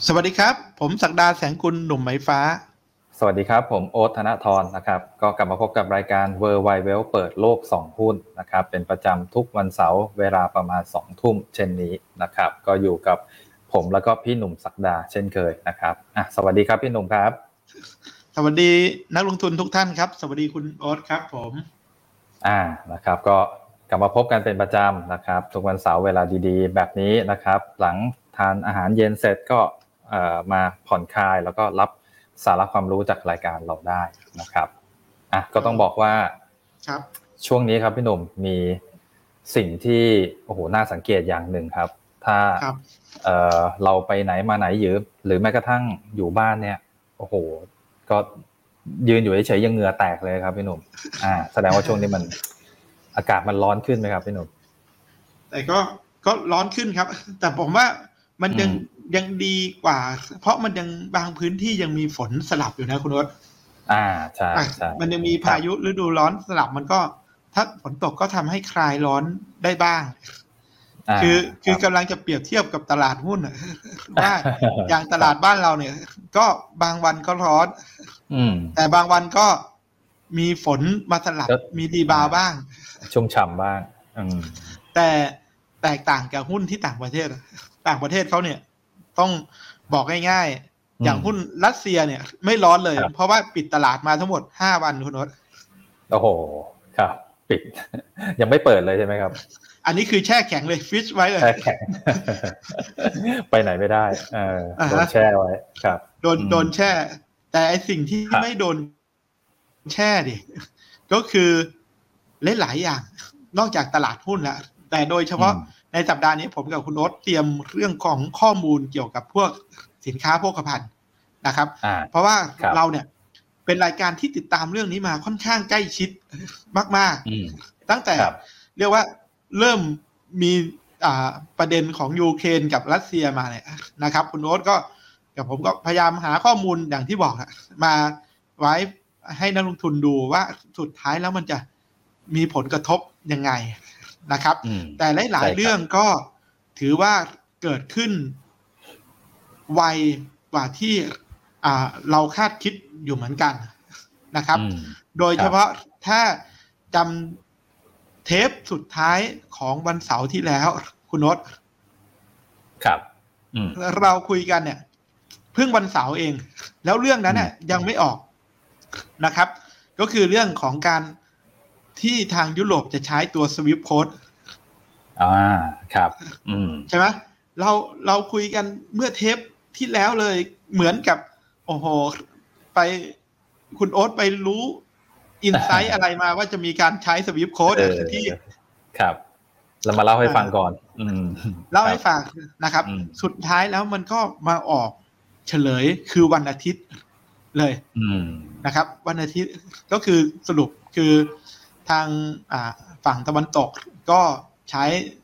สวัสดีครับผมศักดาแสงกุลหนุ่มไหมฟ้าสวัสดีครับผมโอ๊ตธนทรนะครับก็กลับมาพบกับรายการ World Wide Web เปิดโลก2หุ้นนะครับเป็นประจำทุกวันเสาร์เวลาประมาณ2ทุ่มเช่นนี้นะครับก็อยู่กับผมแล้วก็พี่หนุ่มศักดาเช่นเคยนะครับสวัสดีครับพี่หนุ่มครับสวัสดีนักลงทุนทุกท่านครับสวัสดีคุณโอ๊ตครับผมนะครับก็กลับมาพบกันเป็นประจำนะครับทุกวันเสาร์เวลาดีๆแบบนี้นะครับหลังทานอาหารเย็นเสร็จก็มาผ่อนคลายแล้วก็รับสาระความรู้จากรายการเราได้นะครับก็ต้องบอกว่าครับช่วงนี้ครับพี่หนุ่มมีสิ่งที่โอ้โหน่าสังเกตอย่างหนึ่งครับถ้าเราไปไหนมาไหนหรือแม้กระทั่งอยู่บ้านเนี่ยโอ้โหก็ยืนอยู่เฉยๆยังเหงื่อแตกเลยครับพี่หนุ่มแสดงว่าช่วงนี้มันอากาศมันร้อนขึ้นไหมครับพี่หนุ่มแต่ก็ร้อนขึ้นครับแต่ผมว่ามันยังดีกว่าเพราะมันยังบางพื้นที่ยังมีฝนสลับอยู่นะคุณโอ๊ตใช่ใช่มันยังมีพายุฤดูร้อนสลับมันก็ถ้าฝนตกก็ทำให้คลายร้อนได้บ้างคือกำลังจะเปรียบเทียบกับตลาดหุ้นว่าอย่างตลาดบ้านเราเนี่ยก็บางวันก็ร้อนแต่บางวันก็มีฝนมาสลับมีรีบาวบ้างชุ่มฉ่ำบ้างแต่แตกต่างกับหุ้นที่ต่างประเทศเขาเนี่ยต้องบอกง่ายๆอย่างหุ้นรัสเซียเนี่ยไม่ร้อนเลยเพราะว่าปิดตลาดมาทั้งหมด5วันคุณโอ๊ตโอ้โหครับปิดยังไม่เปิดเลยใช่ไหมครับอันนี้คือแช่แข็งเลยฟิชไว้เลยแช่แข็งไปไหนไม่ได้โดนแช่ไว้ครับโดนแช่แต่ไอสิ่งที่ไม่โดนแช่ดิก็คือหลายๆอย่างนอกจากตลาดหุ้นแล้วแต่โดยเฉพาะในสัปดาห์นี้ผมกับคุณโอ๊ตเตรียมเรื่องของข้อมูลเกี่ยวกับพวกสินค้าโภคภัณฑ์นะครับเพราะว่าเราเนี่ยเป็นรายการที่ติดตามเรื่องนี้มาค่อนข้างใกล้ชิดมากๆตั้งแต่เรียกว่าเริ่มมีประเด็นของยูเครนกับรัสเซียมาเนี่ยนะครับคุณโอ๊ตก็กับผมก็พยายามหาข้อมูลอย่างที่บอกมาไว้ให้นักลงทุนดูว่าสุดท้ายแล้วมันจะมีผลกระทบยังไงนะครับแต่หลายๆเรื่องก็ถือว่าเกิดขึ้นไวกว่าที่เราคาดคิดอยู่เหมือนกันนะครับโดยเฉพาะถ้าจำเทปสุดท้ายของวันเสาร์ที่แล้วคุณโน้ตครับเราคุยกันเนี่ยเพิ่งวันเสาร์เองแล้วเรื่องนั้นเนี่ยยังไม่ออกนะครับก็คือเรื่องของการที่ทางยุโรปจะใช้ตัว Swift Code ครับใช่ไหมเราคุยกันเมื่อเทปที่แล้วเลยเหมือนกับโอ้โหไปคุณโอ๊ตไปรู้อินไซต์อะไรมาว่าจะมีการใช้ Swift Code ที่ครับเรามาเล่าให้ฟังก่อนเล่าให้ฟังนะครับสุดท้ายแล้วมันก็มาออกเฉลยคือวันอาทิตย์เลยนะครับวันอาทิตย์ก็คือสรุปคือทางฝั่งตะวันตกก็ใช้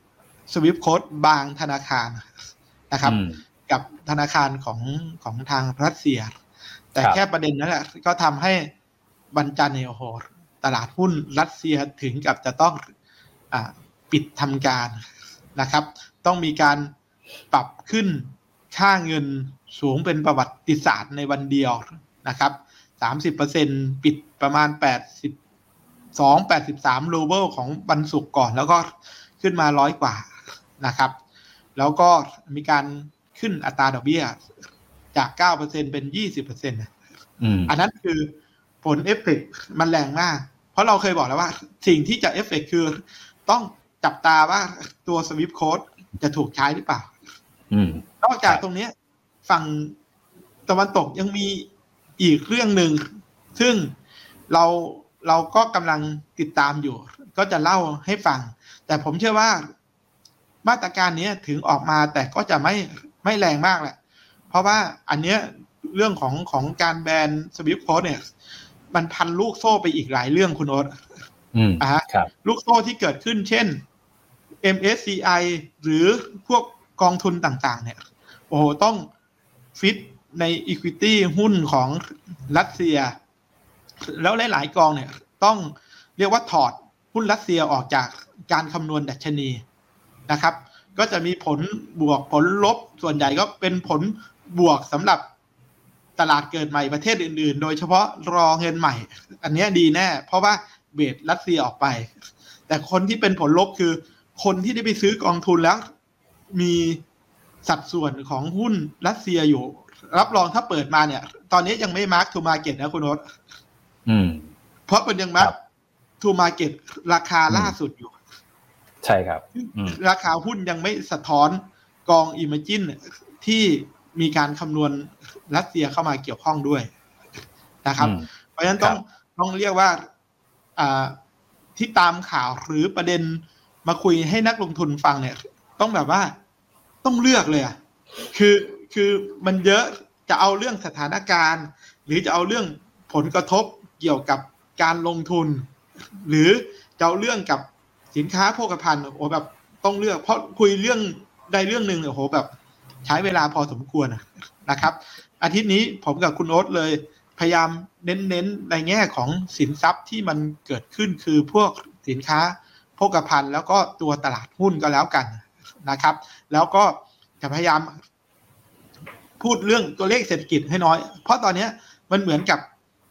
Swift Code บางธนาคารนะครับกับธนาคารของทางรัสเซียแต่แค่ประเด็นนั้นแหละก็ทำให้วันจันทร์เนี่ยโอ้โหตลาดหุ้นรัสเซียถึงกับจะต้องปิดทำการนะครับต้องมีการปรับขึ้นค่าเงินสูงเป็นประวัติศาสตร์ในวันเดียวนะครับ 30% ปิดประมาณ83 รูเบิลของวันศุกร์ก่อนแล้วก็ขึ้นมา100 กว่านะครับแล้วก็มีการขึ้นอัตราดอกเบี้ยจาก 9% เป็น 20% อันนั้นคือผลเอฟเฟกต์มันแรงมากเพราะเราเคยบอกแล้วว่าสิ่งที่จะเอฟเฟกต์คือต้องจับตาว่าตัว Swift Code จะถูกใช้หรือเปล่านอกจากตรงนี้ฝั่งตะวันตกยังมีอีกเรื่องหนึ่งซึ่งเราก็กำลังติดตามอยู่ก็จะเล่าให้ฟังแต่ผมเชื่อว่ามาตรการนี้ถึงออกมาแต่ก็จะไม่แรงมากแหละเพราะว่าอันเนี้ยเรื่องของการแบน Swift Code เนี่ยมันพันลูกโซ่ไปอีกหลายเรื่องคุณโอ๊ตลูกโซ่ที่เกิดขึ้นเช่น MSCI หรือพวกกองทุนต่างๆเนี่ยโอ้โหต้องฟิตใน equity หุ้นของรัสเซียแล้วหลายๆกองเนี่ยต้องเรียกว่าถอดหุ้นรัสเซียออกจากการคำนวณดัชนีนะครับก็จะมีผลบวกผลลบส่วนใหญ่ก็เป็นผลบวกสำหรับตลาดเกิดใหม่ประเทศอื่นๆโดยเฉพาะรอเงินใหม่อันนี้ดีแน่เพราะว่าเบสรัสเซียออกไปแต่คนที่เป็นผลลบคือคนที่ได้ไปซื้อกองทุนแล้วมีสัดส่วนของหุ้นรัสเซียอยู่รับรองถ้าเปิดมาเนี่ยตอนนี้ยังไม่มาร์คทูมาร์เก็ตนะคุณโอ๊ตเพราะมันยังมาร์คทูมาร์เก็ตราคาล่าสุดอยู่ใช่ครับราคาหุ้นยังไม่สะท้อนกองอิมเมจินที่มีการคำนวณรัสเซียเข้ามาเกี่ยวข้องด้วยนะครับเพราะฉะนั้นต้องเรียกว่าที่ตามข่าวหรือประเด็นมาคุยให้นักลงทุนฟังเนี่ยต้องแบบว่าต้องเลือกเลยคือมันเยอะจะเอาเรื่องสถานการณ์หรือจะเอาเรื่องผลกระทบเกี่ยวกับการลงทุนหรือจะเอาเรื่องกับสินค้าโภคภัณฑ์โอ้แบบต้องเลือกเพราะคุยเรื่องใดเรื่องหนึ่งเนี่ยโหแบบใช้เวลาพอสมควรนะครับอาทิตย์นี้ผมกับคุณโอ๊ตเลยพยายามเน้นในแง่ของสินทรัพย์ที่มันเกิดขึ้นคือพวกสินค้าโภคภัณฑ์แล้วก็ตัวตลาดหุ้นก็แล้วกันนะครับแล้วก็จะพยายามพูดเรื่องตัวเลขเศรษฐกิจให้น้อยเพราะตอนนี้มันเหมือนกับ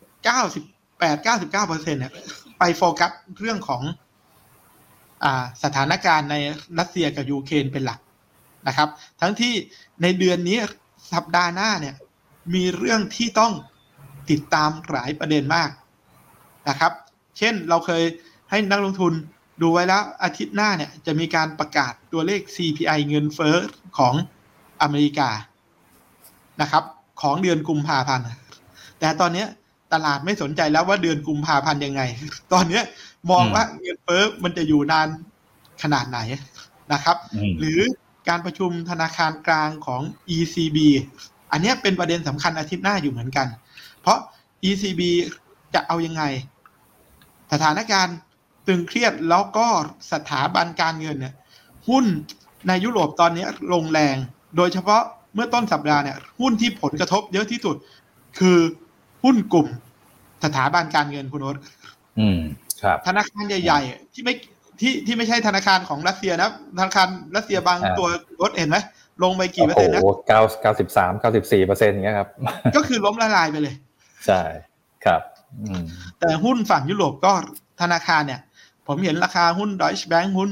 98-99% เนี่ยไปโฟกัสเรื่องของสถานการณ์ในรัสเซียกับยูเครนเป็นหลักนะครับทั้งที่ในเดือนนี้สัปดาห์หน้าเนี่ยมีเรื่องที่ต้องติดตามหลายประเด็นมากนะครับเช่นเราเคยให้นักลงทุนดูไว้แล้วอาทิตย์หน้าเนี่ยจะมีการประกาศตัวเลข CPI เงินเฟ้อของอเมริกานะครับของเดือนกุมภาพันธ์แต่ตอนนี้ตลาดไม่สนใจแล้วว่าเดือนกุมภาพันธ์ยังไงตอนนี้มองว่าเงินเฟ้อมันจะอยู่นานขนาดไหนนะครับหรือการประชุมธนาคารกลางของ ECB อันนี้เป็นประเด็นสำคัญอาทิตย์หน้าอยู่เหมือนกันเพราะ ECB จะเอายังไงสถานการณ์ตึงเครียดแล้วก็สถาบันการเงินเนี่ยหุ้นในยุโรปตอนนี้ลงแรงโดยเฉพาะเมื่อต้นสัปดาห์เนี่ยหุ้นที่ผลกระทบเยอะที่สุดคือหุ้นกลุ่มสถาบันการเงินคุณโอ๊ตครับธนาคารใหญ่ๆที่ไม่ใช่ธนาคารของรัสเซียนะธนาคารรัสเซียบางตัวรถเห็นไหมลงไปกี่เปอร์เซ็นต์นะ 93-94%อย่างเงี้ยครับก็คือล้มละลายไปเลยใช่ครับแต่หุ้นฝั่งยุโรปก็ธนาคารเนี่ยผมเห็นราคาหุ้น Deutsche Bank หุ้น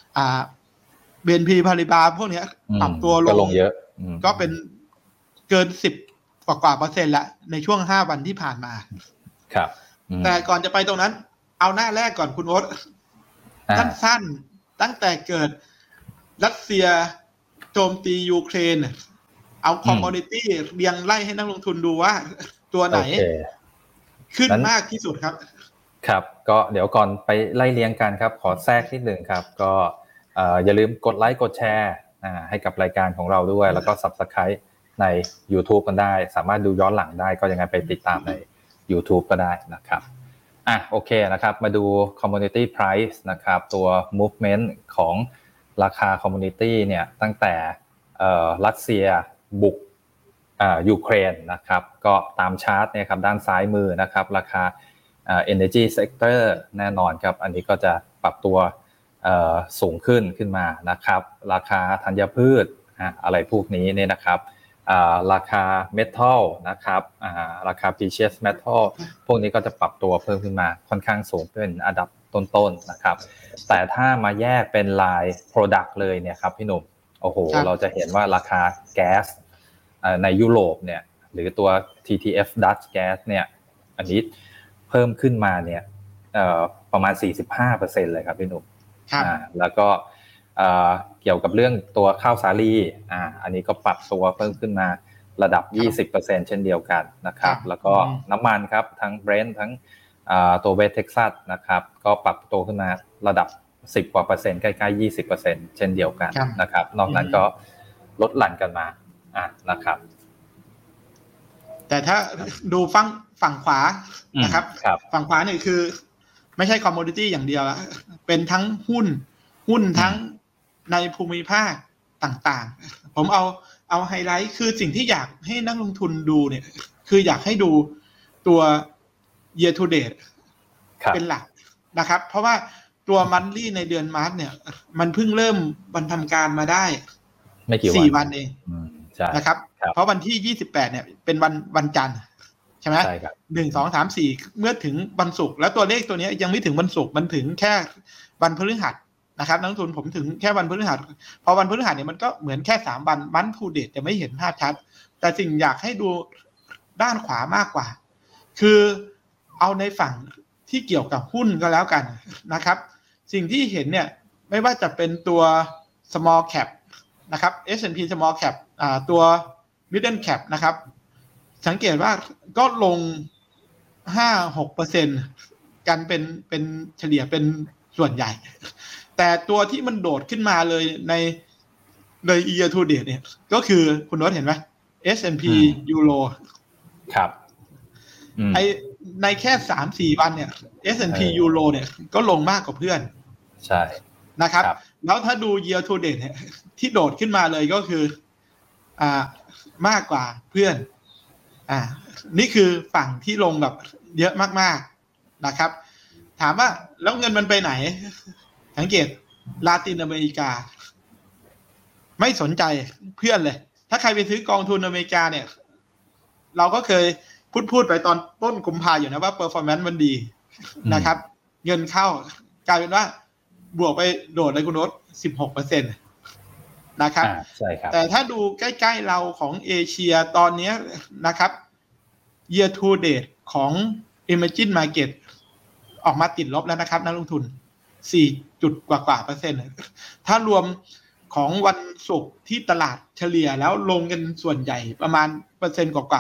BNP Paribas พวกนี้ปรับตัวลงเยอะก็เป็นเกิน10กว่าเปอร์เซ็นต์ละในช่วง5วันที่ผ่านมาครับแต่ก่อนจะไปตรงนั้นเอาหน้าแรกก่อนคุณโอ๊ตสั้นๆตั้งแต่เกิดรัสเซียโจมตียูเครนเอาคอมมอดิตี้เรียงไล่ให้นักลงทุนดูว่าตัวไหนขึ้นมากที่สุดครับครับก็เดี๋ยวก่อนไปไล่เรียงกันครับขอแทรกนิดหนึ่งครับก็อย่าลืมกดไลค์กดแชร์ให้กับรายการของเราด้วยแล้วก็ Subscribe ใน YouTube กันได้สามารถดูย้อนหลังได้ก็ยังไงไปติดตามใน YouTube ก็ได้นะครับโอเคนะครับมาดู Commodity Price นะครับตัว movement ของราคา Commodity เนี่ยตั้งแต่รัสเซียบุกยูเครนนะครับก็ตามชาร์ตเนี่ยครับด้านซ้ายมือนะครับราคาenergy sector แน่นอนครับอันนี้ก็จะปรับตัวสูงขึ้นมานะครับราคาธัญพืชอะไรพวกนี้เนี่ยนะครับราคา metal นะครับราคา precious metal พวกนี้ก็จะปรับตัวเพิ่มขึ้นมาค่อนข้างสูงเป็นอันดับต้นๆนะครับแต่ถ้ามาแยกเป็นราย product เลยเนี่ยครับพี่หนุ่มโอ้โหเราจะเห็นว่าราคาแก๊สในยุโรปเนี่ยหรือตัว TTF Dutch Gas เนี่ยอันนี้เพิ่มขึ้นมาเนี่ยประมาณ 45% เลยครับพี่หนุ่มแล้วก็เกี่ยวกับเรื่องตัวข้าวสาลีอันนี้ก็ปรับตัวเพิ่มขึ้นมาระดับ 20% เช่นเดียวกันนะครับแล้วก็น้ำมันครับทั้ง Brent ทั้งตัว West Texas นะครับก็ปรับตัวขึ้นมาระดับ10กว่าเปอร์เซ็นต์ใกล้ๆ 20% เช่นเดียวกันนะครับนอกนั้นก็ลดหลั่นกันมานะครับแต่ถ้าดูฝั่งขวานะครับฝั่งขวาเนี่ยคือไม่ใช่คอมโมดิตี้อย่างเดียวละเป็นทั้งหุ้นทั้งในภูมิภาคต่างๆผมเอาไฮไลท์คือสิ่งที่อยากให้นักลงทุนดูเนี่ยคืออยากให้ดูตัว year to date เป็นหลักนะครับเพราะว่าตัวมันลี่ในเดือนมาร์ชเนี่ยมันเพิ่งเริ่มวันทำการมาได้ไม่กี่วัน 4 วันเองนะครับเพราะวันที่28เนี่ยเป็นวันจันทร์ใช่ไหมใช่ครับ 1 2 3 4เมื่อถึงวันศุกร์แล้วตัวเลขตัวนี้ยังไม่ถึงวันศุกร์มันถึงแค่วันพฤหัสนะครับนักลงทุนผมถึงแค่วันพฤหัสพอวันพฤหัสเนี่ยมันก็เหมือนแค่3วันมันทูเดทจะไม่เห็นภาพชัดแต่สิ่งอยากให้ดูด้านขวามากกว่าคือเอาในฝั่งที่เกี่ยวกับหุ้นก็แล้วกันนะครับสิ่งที่เห็นเนี่ยไม่ว่าจะเป็นตัว small cap นะครับ S&P small cap ตัว middle cap นะครับสังเกตว่าก็ลง 5-6% กันเป็นเฉลี่ยเป็นส่วนใหญ่แต่ตัวที่มันโดดขึ้นมาเลยใน year to date เนี่ยก็คือคุณโน้ตเห็นไหม S&P Euro ครับในแค่ 3-4 วันเนี่ย S&P Euro เนี่ยก็ลงมากกว่าเพื่อนใช่นะครับแล้วถ้าดู year to date เนี่ยที่โดดขึ้นมาเลยก็คือมากกว่าเพื่อนนี่คือฝั่งที่ลงแบบเยอะมากๆนะครับถามว่าแล้วเงินมันไปไหนสังเกตลาตินอเมริกาไม่สนใจเพื่อนเลยถ้าใครไปซื้อกองทุนอเมริกาเนี่ยเราก็เคยพูดไปตอนต้นกุมภาอยู่นะว่า performance มันดีนะครับเงินเข้ากลายเป็นว่าบวกไปโดดเลยคุณโน้ต 16% นะครับใช่ครับแต่ถ้าดูใกล้ๆเราของเอเชียตอนนี้นะครับ year to date ของ emerging market ออกมาติดลบแล้วนะครับนักลงทุน4 จุดกว่าเปอร์เซ็นต์ถ้ารวมของวันศุกร์ที่ตลาดเฉลี่ยแล้วลงกันส่วนใหญ่ประมาณเปอร์เซ็นต์กว่า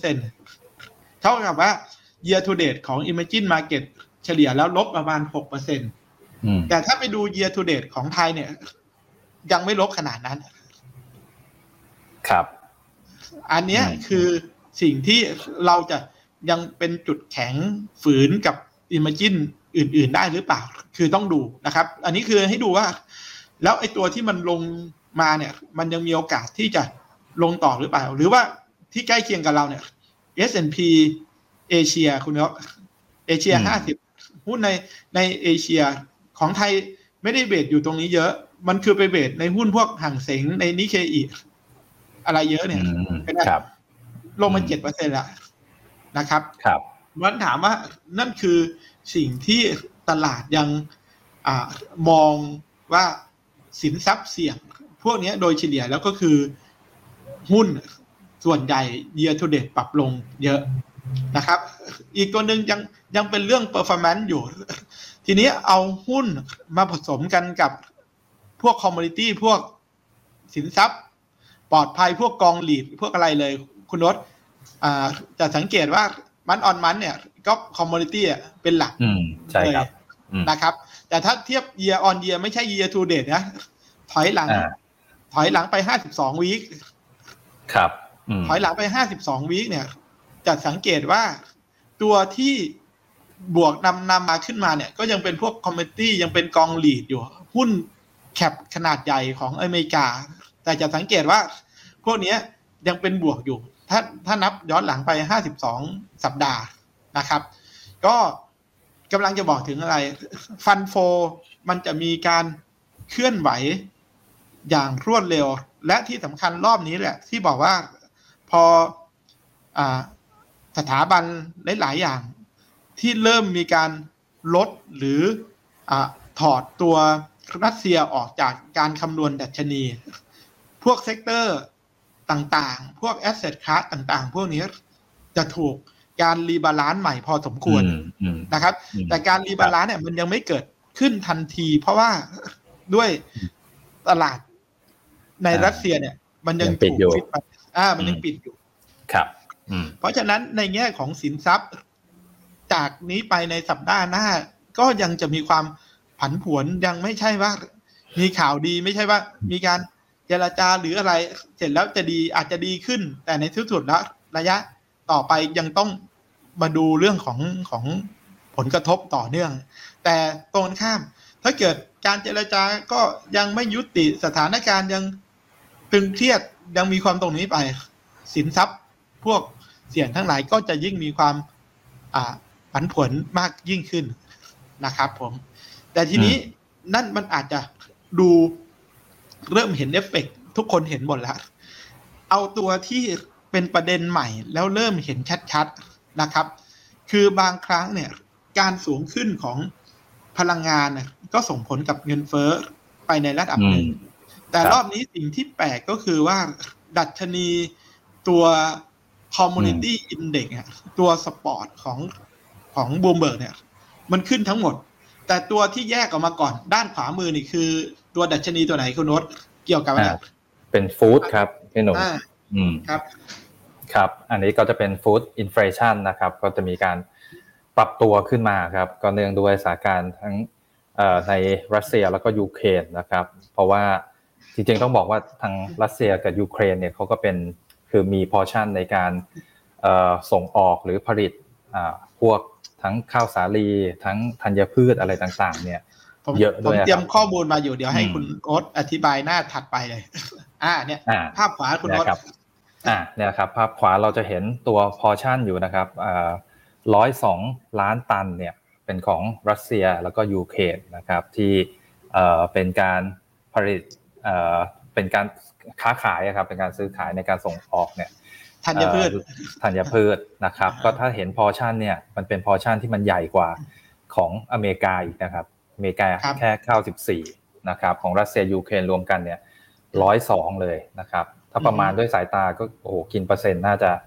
2% เท่ากับว่า year to date ของ emerging market เฉลี่ยแล้วลบประมาณ 6% แต่ถ้าไปดู year to date ของไทยเนี่ยยังไม่ลบขนาดนั้นครับอันนี้คือสิ่งที่เราจะยังเป็นจุดแข็งฝืนกับ Imagine อื่นๆได้หรือเปล่าคือต้องดูนะครับอันนี้คือให้ดูว่าแล้วไอ้ตัวที่มันลงมาเนี่ยมันยังมีโอกาสที่จะลงต่อหรือเปล่าหรือว่าที่ใกล้เคียงกับเราเนี่ย S&P เอเชียคุณเนาะเอเชีย50หุ้นในเอเชียของไทยไม่ได้เบสอยู่ตรงนี้เยอะมันคือไปเบสในหุ้นพวกห่างเส็งในนิเคอิอะไรเยอะเนี่ยลงมา 7% ละนะครับมันถามว่านั่นคือสิ่งที่ตลาดยังมองว่าสินทรัพย์เสี่ยงพวกนี้โดยเฉลี่ยแล้วก็คือหุ้นส่วนใหญ่ year to date ปรับลงเยอะนะครับอีกตัวหนึ่งยังเป็นเรื่อง performance อยู่ทีนี้เอาหุ้นมาผสมกันกับพวก commodity พวกสินทรัพย์ปลอดภัยพวกกองหลีดพวกอะไรเลยคุณโน้ตจะสังเกตว่ามันออนมันเนี่ยก็ commodity เป็นหลักใช่ครับนะครับแต่ถ้าเทียบ year on year ไม่ใช่ year to date นะถอยหลังไป52วีคครับถอยหลังไป52วีคเนี่ยจะสังเกตว่าตัวที่บวกนำมาขึ้นมาเนี่ยก็ยังเป็นพวก commodity ยังเป็นกองหลีดอยู่หุ้นแคปขนาดใหญ่ของอเมริกาแต่จะสังเกตว่าพวกนี้ยังเป็นบวกอยู่ถ้านับย้อนหลังไป52สัปดาห์นะครับก็กำลังจะบอกถึงอะไรฟันโฟมันจะมีการเคลื่อนไหวอย่างรวดเร็วและที่สำคัญรอบนี้แหละที่บอกว่าพอสถาบันหลายๆอย่างที่เริ่มมีการลดหรือถอดตัวรัสเซียออกจากการคำนวณดัชนีพวกเซกเตอร์ต่างๆพวกแอสเซทคลาสต่างๆพวกนี้จะถูกการรีบาลานซ์ใหม่พอสมควรนะครับแต่การรีบาลานซ์เนี่ยมันยังไม่เกิดขึ้นทันทีเพราะว่าด้วยตลาดในรัสเซียเนี่ยมันยังถูกปิดไปมันยังปิดอยู่ครับเพราะฉะนั้นในแง่ของสินทรัพย์จากนี้ไปในสัปดาห์หน้าก็ยังจะมีความผันผวนยังไม่ใช่ว่ามีข่าวดีไม่ใช่ว่ามีการเจรจาหรืออะไรเสร็จแล้วจะดีอาจจะดีขึ้นแต่ในที่สุดแล้วระยะต่อไปยังต้องมาดูเรื่องของผลกระทบต่อเนื่องแต่ตรงข้ามถ้าเกิดการเจรจาก็ยังไม่ยุติสถานการณ์ยังตึงเครียดยังมีความตรงนี้ไปสินทรัพย์พวกเสี่ยงทั้งหลายก็จะยิ่งมีความผันผวนมากยิ่งขึ้นนะครับผมแต่ทีนี้นั่นมันอาจจะดูเริ่มเห็นเอฟเฟกต์ทุกคนเห็นหมดแล้วเอาตัวที่เป็นประเด็นใหม่แล้วเริ่มเห็นชัดๆนะครับคือบางครั้งเนี่ยการสูงขึ้นของพลังงานเนี่ยก็ส่งผลกับเงินเฟ้อไปในระดับหนึ่งแต่รอบนี้สิ่งที่แปลกก็คือว่าดัชนีตัว Commodity Index เนี่ยตัวสปอร์ตของบูมเบิร์กเนี่ยมันขึ้นทั้งหมดแต่ตัวที่แยกออกมาก่อนด้านขวามือนี่คือตัวดัชนีตัวไหนคุณโน้ตเกี่ยวกับอะไรเป็นฟู้ดครับพี่หนุ่มครับอันนี้ก็จะเป็นฟู้ดอินเฟลชันนะครับก็จะมีการปรับตัวขึ้นมาครับก็เนื่องด้วยสถานการณ์ทั้งในรัสเซียแล้วก็ยูเครนนะครับเพราะว่าจริงๆต้องบอกว่าทางรัสเซียกับยูเครนเนี่ยเขาก็เป็นคือมีพอร์ชั่นในการส่งออกหรือผลิตพวกทั้งข้าวสาลีทั้งธัญพืชอะไรต่างๆเนี่ยเยอะด้วยผมเตรียมข้อมูลมาอยู่เดี๋ยวให้คุณโอ๊ตอธิบายหน้าถัดไปเลยเนี่ยภาพขวาคุณโอ๊ตเนี่ยครับภาพขวาเราจะเห็นตัวพอร์ชั่นอยู่นะครับ102 ล้านตันเนี่ยเป็นของรัสเซียแล้วก็ยูเครนนะครับที่เป็นการผลิตเป็นการค้าขายครับเป็นการซื้อขายในการส่งออกเนี่ยธัญพืชนะครับก็ถ้าเห็นพอร์ชั่นเนี่ยมันเป็นพอร์ชั่นที่มันใหญ่กว่าของอเมริกาอีกนะครับอเมริกาแค่94นะครับของรัสเซียยูเครนรวมกันเนี่ย102เลยนะครับถ้าประมาณด้วยสายตาก็โอ้โหกินเปอร์เซ็นต์น่าจะ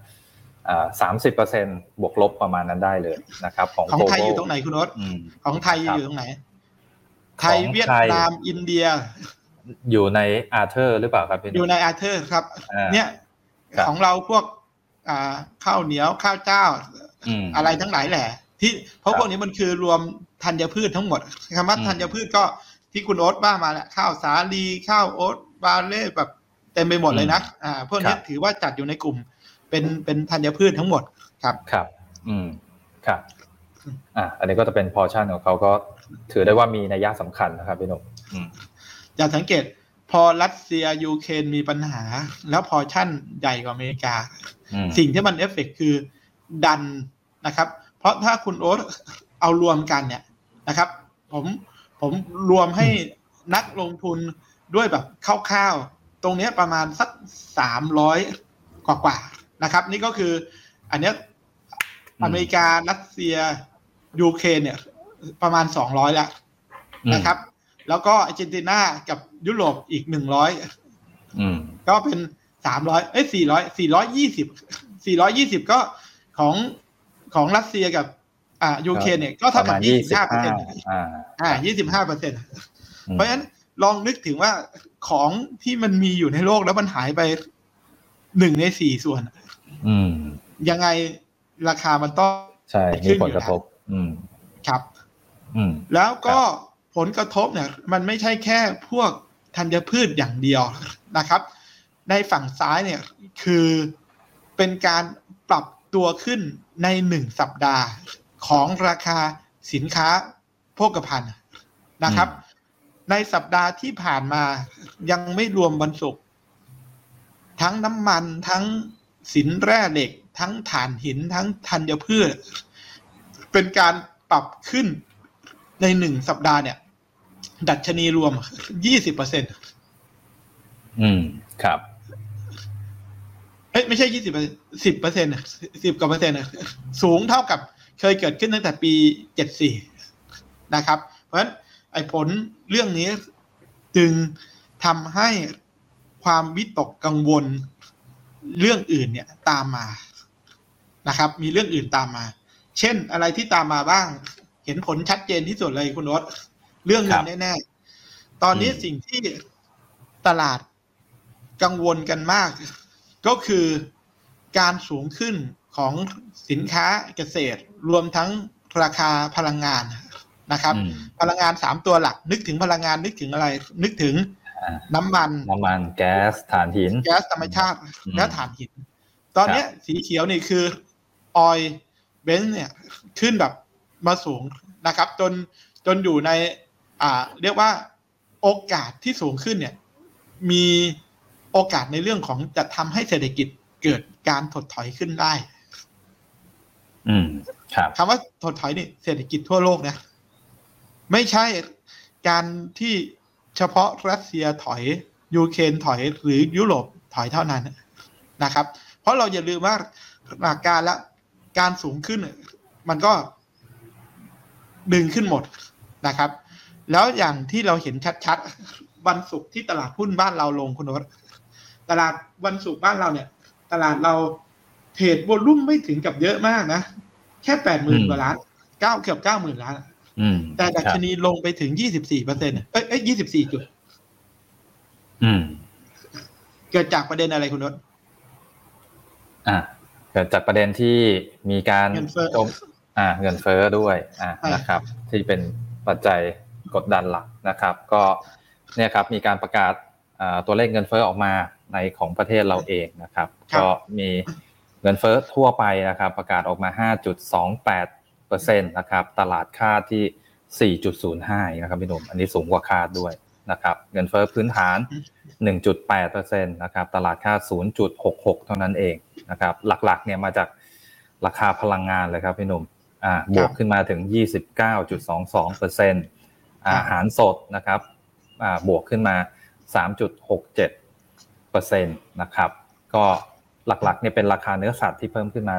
30%บวกลบประมาณนั้นได้เลยนะครับของไทยอยู่ตรงไหนคุณโอ๊ตของไทยอยู่ตรงไหนไทยเวียดนามอินเดียอยู่ในอาร์เธอร์หรือเปล่าครับพี่อยู่ในอาร์เธอร์ครับเนี่ยของเราพวกข้าวเหนียวข้าวเจ้าอะไรทั้งหลายแหละที่เพราะพวกนี้มันคือรวมธัญพืชทั้งหมดคำว่าธัญพืชก็ที่คุณโอ๊ตว่ามาแหละข้าวสาลีข้าวโอ๊ตบาเล่แบบเต็มไปหมดเลยนะพวกนี้ถือว่าจัดอยู่ในกลุ่มเป็นธัญพืชทั้งหมดครับครับครับอันนี้ก็จะเป็นพอร์ชั่นของเขาก็ถือได้ว่ามีนัยสำคัญนะครับพี่หนุ่มอย่าสังเกตพอรัสเซียยูเครนมีปัญหาแล้วพอร์ชั่นใหญ่กว่าอเมริกาสิ่งที่มันเอฟเฟกต์คือดันนะครับเพราะถ้าคุณโอ๊ตเอารวมกันเนี่ยนะครับผมรวมให้นักลงทุนด้วยแบบคร่าวๆตรงนี้ประมาณสัก300กว่านะครับนี่ก็คืออันเนี้ยอเมริการัสเซียยูเครนเนี่ยประมาณ200แล้วนะครับแล้วก็อาร์เจนตินากับยุโรปอีก100ก็เป็น420ก็ของรัสเซียกับยูเครนเนี่ยก็เท่ากับ 25% เพราะฉะนั้นลองนึกถึงว่าของที่มันมีอยู่ในโลกแล้วมันหายไป1 ใน 4 ส่วนยังไงราคามันต้องใช่มีผลกระทบครับแล้วก็ผลกระทบเนี่ยมันไม่ใช่แค่พวกธัญพืชอย่างเดียวนะครับในฝั่งซ้ายเนี่ยคือเป็นการปรับตัวขึ้นใน1 สัปดาห์ของราคาสินค้าโภคภัณฑ์นะครับในสัปดาห์ที่ผ่านมายังไม่รวมวันศุกร์ทั้งน้ำมันทั้งสินแร่เหล็กทั้งถ่านหินทั้งธัญพืชเป็นการปรับขึ้นใน1 สัปดาห์เนี่ยดัชนีรวม 20% ครับไม่ใช่ 20% 10% 10 กว่าเปอร์เซ็นต์สูงเท่ากับเคยเกิดขึ้นตั้งแต่ปี74นะครับเพราะฉะนั้นไอ้ผลเรื่องนี้จึงทำให้ความวิตกกังวลเรื่องอื่นเนี่ยตามมานะครับมีเรื่องอื่นตามมาเช่นอะไรที่ตามมาบ้างเห็นผลชัดเจนที่สุดเลยคุณโอ๊ตเรื่องนึงแน่ๆตอนนี้สิ่งที่ตลาดกังวลกันมากก็คือการสูงขึ้นของสินค้าเกษตรรวมทั้งราคาพลังงานนะครับพลังงาน3ตัวหลักนึกถึงพลังงานนึกถึงอะไรนึกถึงน้ำมันแก๊สถ่านหินแก๊สธรรมชาติและถ่านหินตอนนี้สีเขียวนี่คือออยล์เบนซ์เนี่ยขึ้นแบบมาสูงนะครับจนอยู่ในเรียกว่าโอกาสที่สูงขึ้นเนี่ยมีโอกาสในเรื่องของจะทำให้เศรษฐกิจเกิดการถดถอยขึ้นได้ครับคำว่าถดถอยนี่เศรษฐกิจทั่วโลกนะไม่ใช่การที่เฉพาะรัสเซียถอยยูเครนถอยหรือยุโรปถอยเท่านั้นนะครับเพราะเราอย่าลืมว่าหลักการและการสูงขึ้นมันก็ดึงขึ้นหมดนะครับแล้วอย่างที่เราเห็นชัดๆวันศุกร์ที่ตลาดหุ้นบ้านเราลงคุณโน้ตตลาดวันศุกร์บ้านเราเนี่ยตลาดเราเทรดวอลุ่มไม่ถึงกับเยอะมากนะแค่ 80,000 กว่าล้านเกือบ 90,000 ล้านแต่ดัชนีลงไปถึง 24% 24 จุดเกิดจากประเด็นอะไรคุณโน้ตเกิดจากประเด็นที่มีการเงินเฟ้อด้วยนะครับที่เป็นปัจจัยกดดันหลักนะครับก็เนี่ยครับมีการประกาศตัวเลขเงินเฟ้อออกมาในของประเทศเราเองนะครับก็มีเงินเฟ้อทั่วไปนะครับประกาศออกมา 5.28% นะครับตลาดคาดที่ 4.05 นะครับพี่หนุ่มอันนี้สูงกว่าคาดด้วยนะครับเงินเฟ้อพื้นฐาน 1.8% นะครับตลาดคาด 0.66 เท่านั้นเองนะครับหลักๆเนี่ยมาจากราคาพลังงานเลยครับพี่หนุ่มบวกขึ้นมาถึง 29.22% อาหารสดนะครับบวกขึ้นมา 3.67% นะครับก็หลักๆเนี่ยเป็นราคาเนื้อสัตว์ที่เพิ่มขึ้นมา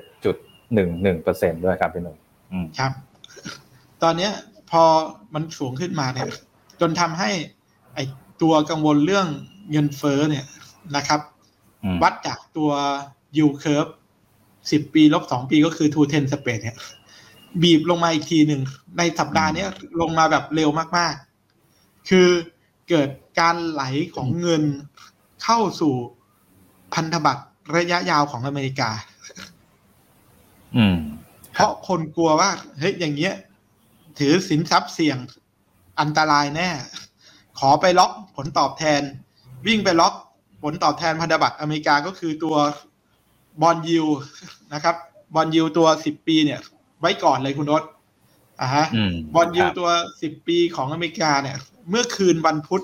17.11% ด้วยครับพี่หนุ่มครับตอนนี้พอมันสูงขึ้นมาเนี่ยจนทำให้ไอตัวกังวลเรื่องเงินเฟ้อเนี่ยนะครับวัดจากตัว yield curve 10 ปีลบ 2 ปีก็คือ 2-10 spread เนี่ยบีบลงมาอีกทีหนึ่งในสัปดาห์นี้ลงมาแบบเร็วมากๆคือเกิดการไหลของเงินเข้าสู่พันธบัตรระยะยาวของอเมริกาเพราะคนกลัวว่าเฮ้ยอย่างเงี้ยถือสินทรัพย์เสี่ยงอันตรายแน่ขอไปล็อกผลตอบแทนวิ่งไปล็อกผลตอบแทนพันธบัตรอเมริกาก็คือตัวบอนด์ยิลด์นะครับบอนด์ยิลด์ตัว10 ปีเนี่ยไว้ก่อนเลยคุณโน้ตบอนด์ยิลด์ตัว10 ปีของอเมริกาเนี่ยเมื่อคืนวันพุธ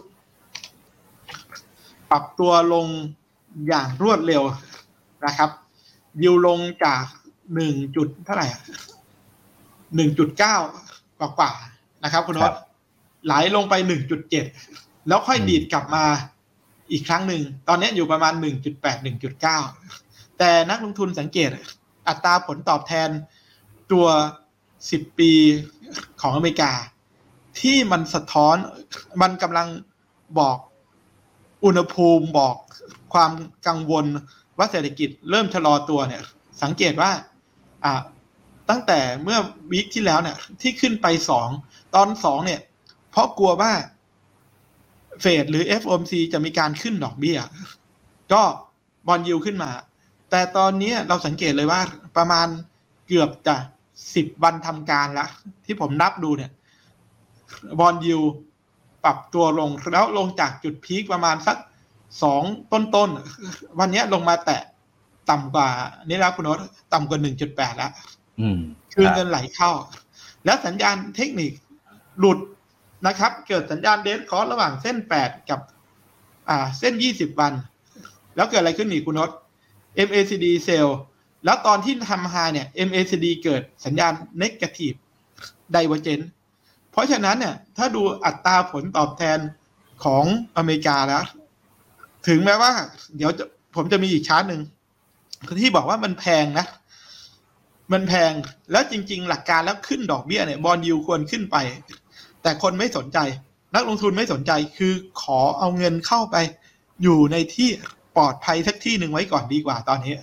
ปรับตัวลงอย่างรวดเร็วนะครับยิลด์ลงจาก1จุดเท่าไหร่ 1.9 กว่านะครับคุณโน้ตไหลลงไป 1.7 แล้วค่อยดีดกลับมาอีกครั้งหนึ่งตอนนี้อยู่ประมาณ 1.8 1.9 แต่นักลงทุนสังเกตอัตราผลตอบแทนตัว10 ปีของอเมริกาที่มันสะท้อนมันกำลังบอกอุณหภูมิบอกความกังวลว่าเศรษฐกิจเริ่มชะลอตัวเนี่ยสังเกตว่าตั้งแต่เมื่อวีคที่แล้วเนี่ยที่ขึ้นไป2ตอน2เนี่ยเพราะกลัวว่าเฟดหรือ FOMC จะมีการขึ้นดอกเบี้ยก็บอนด์ยิลด์ขึ้นมาแต่ตอนนี้เราสังเกตเลยว่าประมาณเกือบจะ10 วันทำการแล้วที่ผมนับดูเนี่ยบอนด์ยิลด์ปรับตัวลงแล้วลงจากจุดพีคประมาณสัก2ต้นวันนี้ลงมาแตะต่ำกว่านี่แล้วคุณโน้ตต่ำกว่า 1.8 แล้วคือเงินไหลเข้าแล้วสัญญาณเทคนิคหลุดนะครับเกิดสัญญาณเดดคอร์สระหว่างเส้น8กับเส้น20 วันแล้วเกิดอะไรขึ้นอีกคุณโน้ต MACD เซลล์แล้วตอนที่ทำไฮเนี่ย MACD เกิดสัญญาณ Negative Divergence เพราะฉะนั้นเนี่ยถ้าดูอัตราผลตอบแทนของอเมริกาแล้วถึงแม้ว่าเดี๋ยวผมจะมีอีกชาร์ตนึงที่บอกว่ามันแพงนะมันแพงแล้วจริงๆหลักการแล้วขึ้นดอกเบี้ยเนี่ยบอนด์ยิลด์ควรขึ้นไปแต่คนไม่สนใจนักลงทุนไม่สนใจคือขอเอาเงินเข้าไปอยู่ในที่ปลอดภัยสักที่หนึ่งไว้ก่อนดีกว่าตอนนี้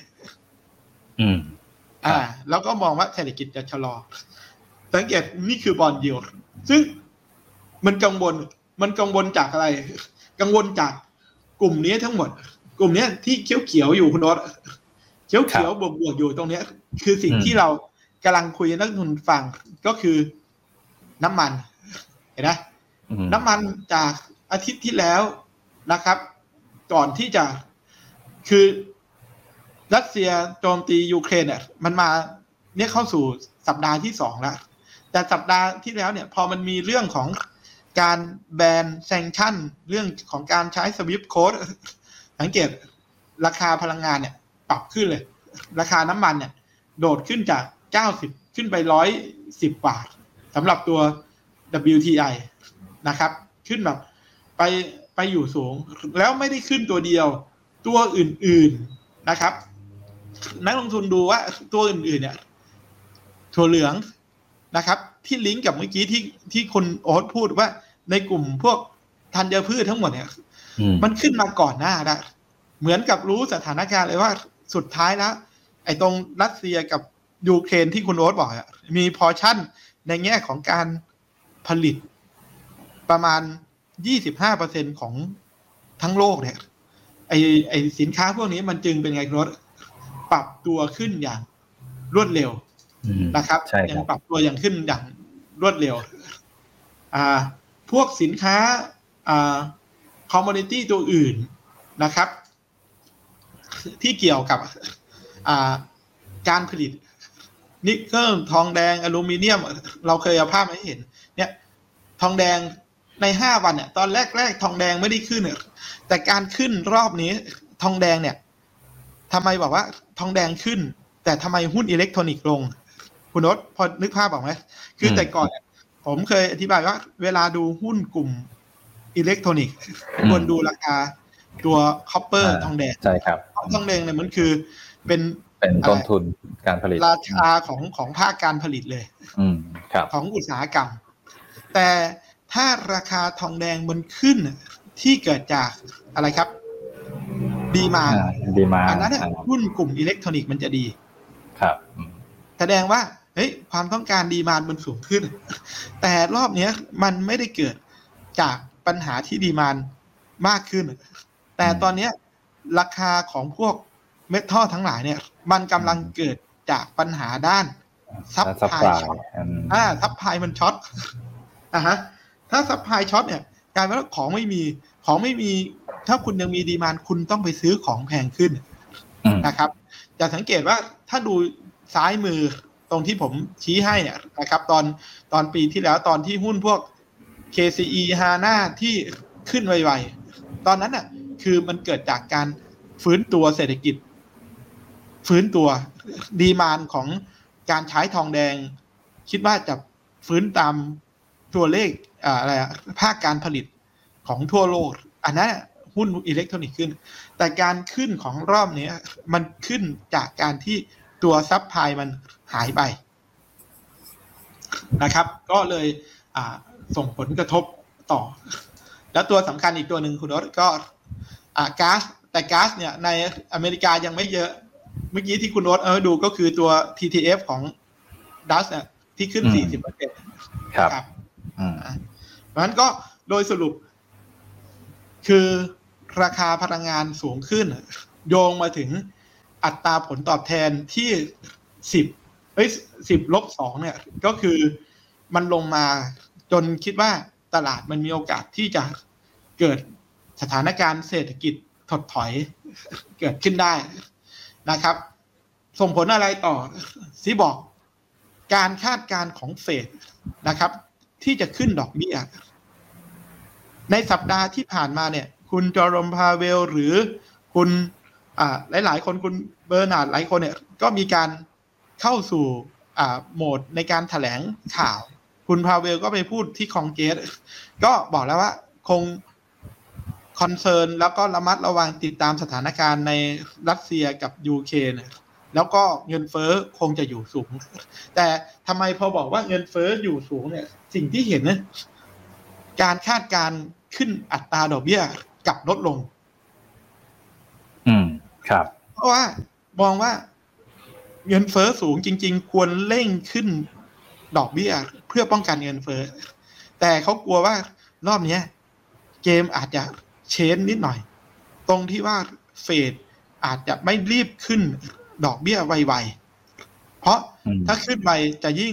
แล้วก็มองว่าเศรษฐกิจจะชะลอสังเกตนี่คือบอนด์ยิลด์ซึ่งมันกังวลจากอะไรกังวลจากกลุ่มนี้ทั้งหมดกลุ่มนี้ที่เขียวๆอยู่คุณโน้ตเขียวๆบวกๆอยู่ตรงนี้คือสิ่งที่เรากำลังคุยนักลงทุนฟังก็คือน้ำมันเห็นไหมน้ำมันจากอาทิตย์ที่แล้วนะครับก่อนที่จะคือรัสเซียโจมตียูเครนเนี่ยมันมาเนี่ยเข้าสู่สัปดาห์ที่2แล้วแต่สัปดาห์ที่แล้วเนี่ยพอมันมีเรื่องของการแบนแซงชั่นเรื่องของการใช้สวิฟต์โค้ดสังเกตราคาพลังงานเนี่ยปรับขึ้นเลยราคาน้ำมันเนี่ยโดดขึ้นจาก90ขึ้นไป110 บาทสำหรับตัว WTI นะครับขึ้นแบบไปอยู่สูงแล้วไม่ได้ขึ้นตัวเดียวตัวอื่นนะครับนักลงทุนดูว่าตัวอื่นๆเนี่ยถั่วเหลืองนะครับที่ลิงก์กับเมื่อกี้ที่คนโอ๊ตพูดว่าในกลุ่มพวกธัญพืชทั้งหมดเนี่ยมันขึ้นมาก่อนหน้าได้เหมือนกับรู้สถานการณ์เลยว่าสุดท้ายแล้วไอ้ตรงรัสเซียกับยูเครนที่คุณโอ๊ตบอกมีพอชั่นในแง่ของการผลิตประมาณ 25% ของทั้งโลกเนี่ยไอสินค้าพวกนี้มันจึงเป็นไงคุณโอ๊ตปรับตัวขึ้นอย่างรวดเร็วนะครับยังปรับตัวอย่างขึ้นอย่างรวดเร็วพวกสินค้าคอมมูนิตี้ตัวอื่นนะครับที่เกี่ยวกับการผลิตนิกเกิลทองแดงอลูมิเนียมเราเคยเอาภาพมาให้เห็นเนี่ยทองแดงใน5วันเนี่ยตอนแรกทองแดงไม่ได้ขึ้นแต่การขึ้นรอบนี้ทองแดงเนี่ยทำไมบอกว่าทองแดงขึ้นแต่ทำไมหุ้นอิเล็กทรอนิกส์ลงคุณโน้ตพอนึกภาพออกไหมคือแต่ก่อนผมเคยอธิบายว่าเวลาดูหุ้นกลุ่มอิเล็กทรอนิกส์ควรดูราคาตัวคอปเปอร์ทองแดงใช่ครับทองแดงเนี่ยมันคือเป็นต้นทุนการผลิตราคาของภาคการผลิตเลยของอุตสาหกรรมแต่ถ้าราคาทองแดงมันขึ้นที่เกิดจากอะไรครับดีมานด์อันนั้นหุ้นกลุ่มอิเล็กทรอนิกส์มันจะดีครับแสดงว่าเฮ้ยความต้องการดีมานด์มันสูงขึ้นแต่รอบนี้มันไม่ได้เกิดจากปัญหาที่ดีมานด์มากขึ้นแต่ตอนนี้ราคาของพวกเมทัลทั้งหลายเนี่ยมันกำลังเกิดจากปัญหาด้านซัพพลายช็อตซัพพลายมันช็อตถ้าซัพพลายช็อตเนี่ยกลายเป็นว่าของไม่มีถ้าคุณยังมีดีมานด์คุณต้องไปซื้อของแพงขึ้นนะครับจะสังเกตว่าถ้าดูซ้ายมือตรงที่ผมชี้ให้เนี่ยนะครับตอนปีที่แล้วตอนที่หุ้นพวก KCE HANA ที่ขึ้นไวๆตอนนั้นน่ะคือมันเกิดจากการฟื้นตัวเศรษฐกิจฟื้นตัวดีมานด์ของการใช้ทองแดงคิดว่าจะฟื้นตามตัวเลขภาคการผลิตของทั่วโลกอันนั้นหุ้นอิเล็กทรอนิกส์ขึ้นแต่การขึ้นของรอบนี้มันขึ้นจากการที่ตัวซัพพลายมันหายไปนะครับก็เลยส่งผลกระทบต่อแล้วตัวสำคัญอีกตัวหนึ่งคุณโอ๊ตก็ก๊าซแต่ก๊าซเนี่ยในอเมริกายังไม่เยอะเมื่อกี้ที่คุณโอ๊ตดูก็คือตัว TTF ของดัชเนี่ยที่ขึ้น 40% ครับเพราะฉะนั้นก็โดยสรุปคือราคาพลังงานสูงขึ้นโยงมาถึงอัตราผลตอบแทนที่10-2เนี่ยก็คือมันลงมาจนคิดว่าตลาดมันมีโอกาสที่จะเกิดสถานการณ์เศรษฐกิจถดถอยเกิดขึ้นได้นะครับส่งผลอะไรต่อที่บอกการคาดการณ์ของเฟดนะครับที่จะขึ้นดอกเบี้ยในสัปดาห์ที่ผ่านมาเนี่ยคุณจอร์มพาเวลหรือคุณหลายๆคนคุณเบอร์นาร์ดหลายคนเนี่ยก็มีการเข้าสู่โหมดในการแถลงข่าวคุณพาเวลก็ไปพูดที่คองเกรสก็บอกแล้วว่าคงคอนเซิร์นแล้วก็ระมัดระวังติดตามสถานการณ์ในรัสเซียกับยูเครนแล้วก็เงินเฟ้อคงจะอยู่สูงแต่ทำไมพอบอกว่าเงินเฟ้ออยู่สูงเนี่ยสิ่งที่เห็นนะการคาดการณ์ขึ้นอัตราดอกเบี้ยกลับลดลงครับเพราะว่ามองว่าเงินเฟ้อสูงจริงๆควรเร่งขึ้นดอกเบี้ยเพื่อป้องกันเงินเฟ้อแต่เขากลัวว่ารอบนี้เกมอาจจะเชนนิดหน่อยตรงที่ว่าเฟดอาจจะไม่รีบขึ้นดอกเบี้ยไวๆเพราะถ้าขึ้นไปจะยิ่ง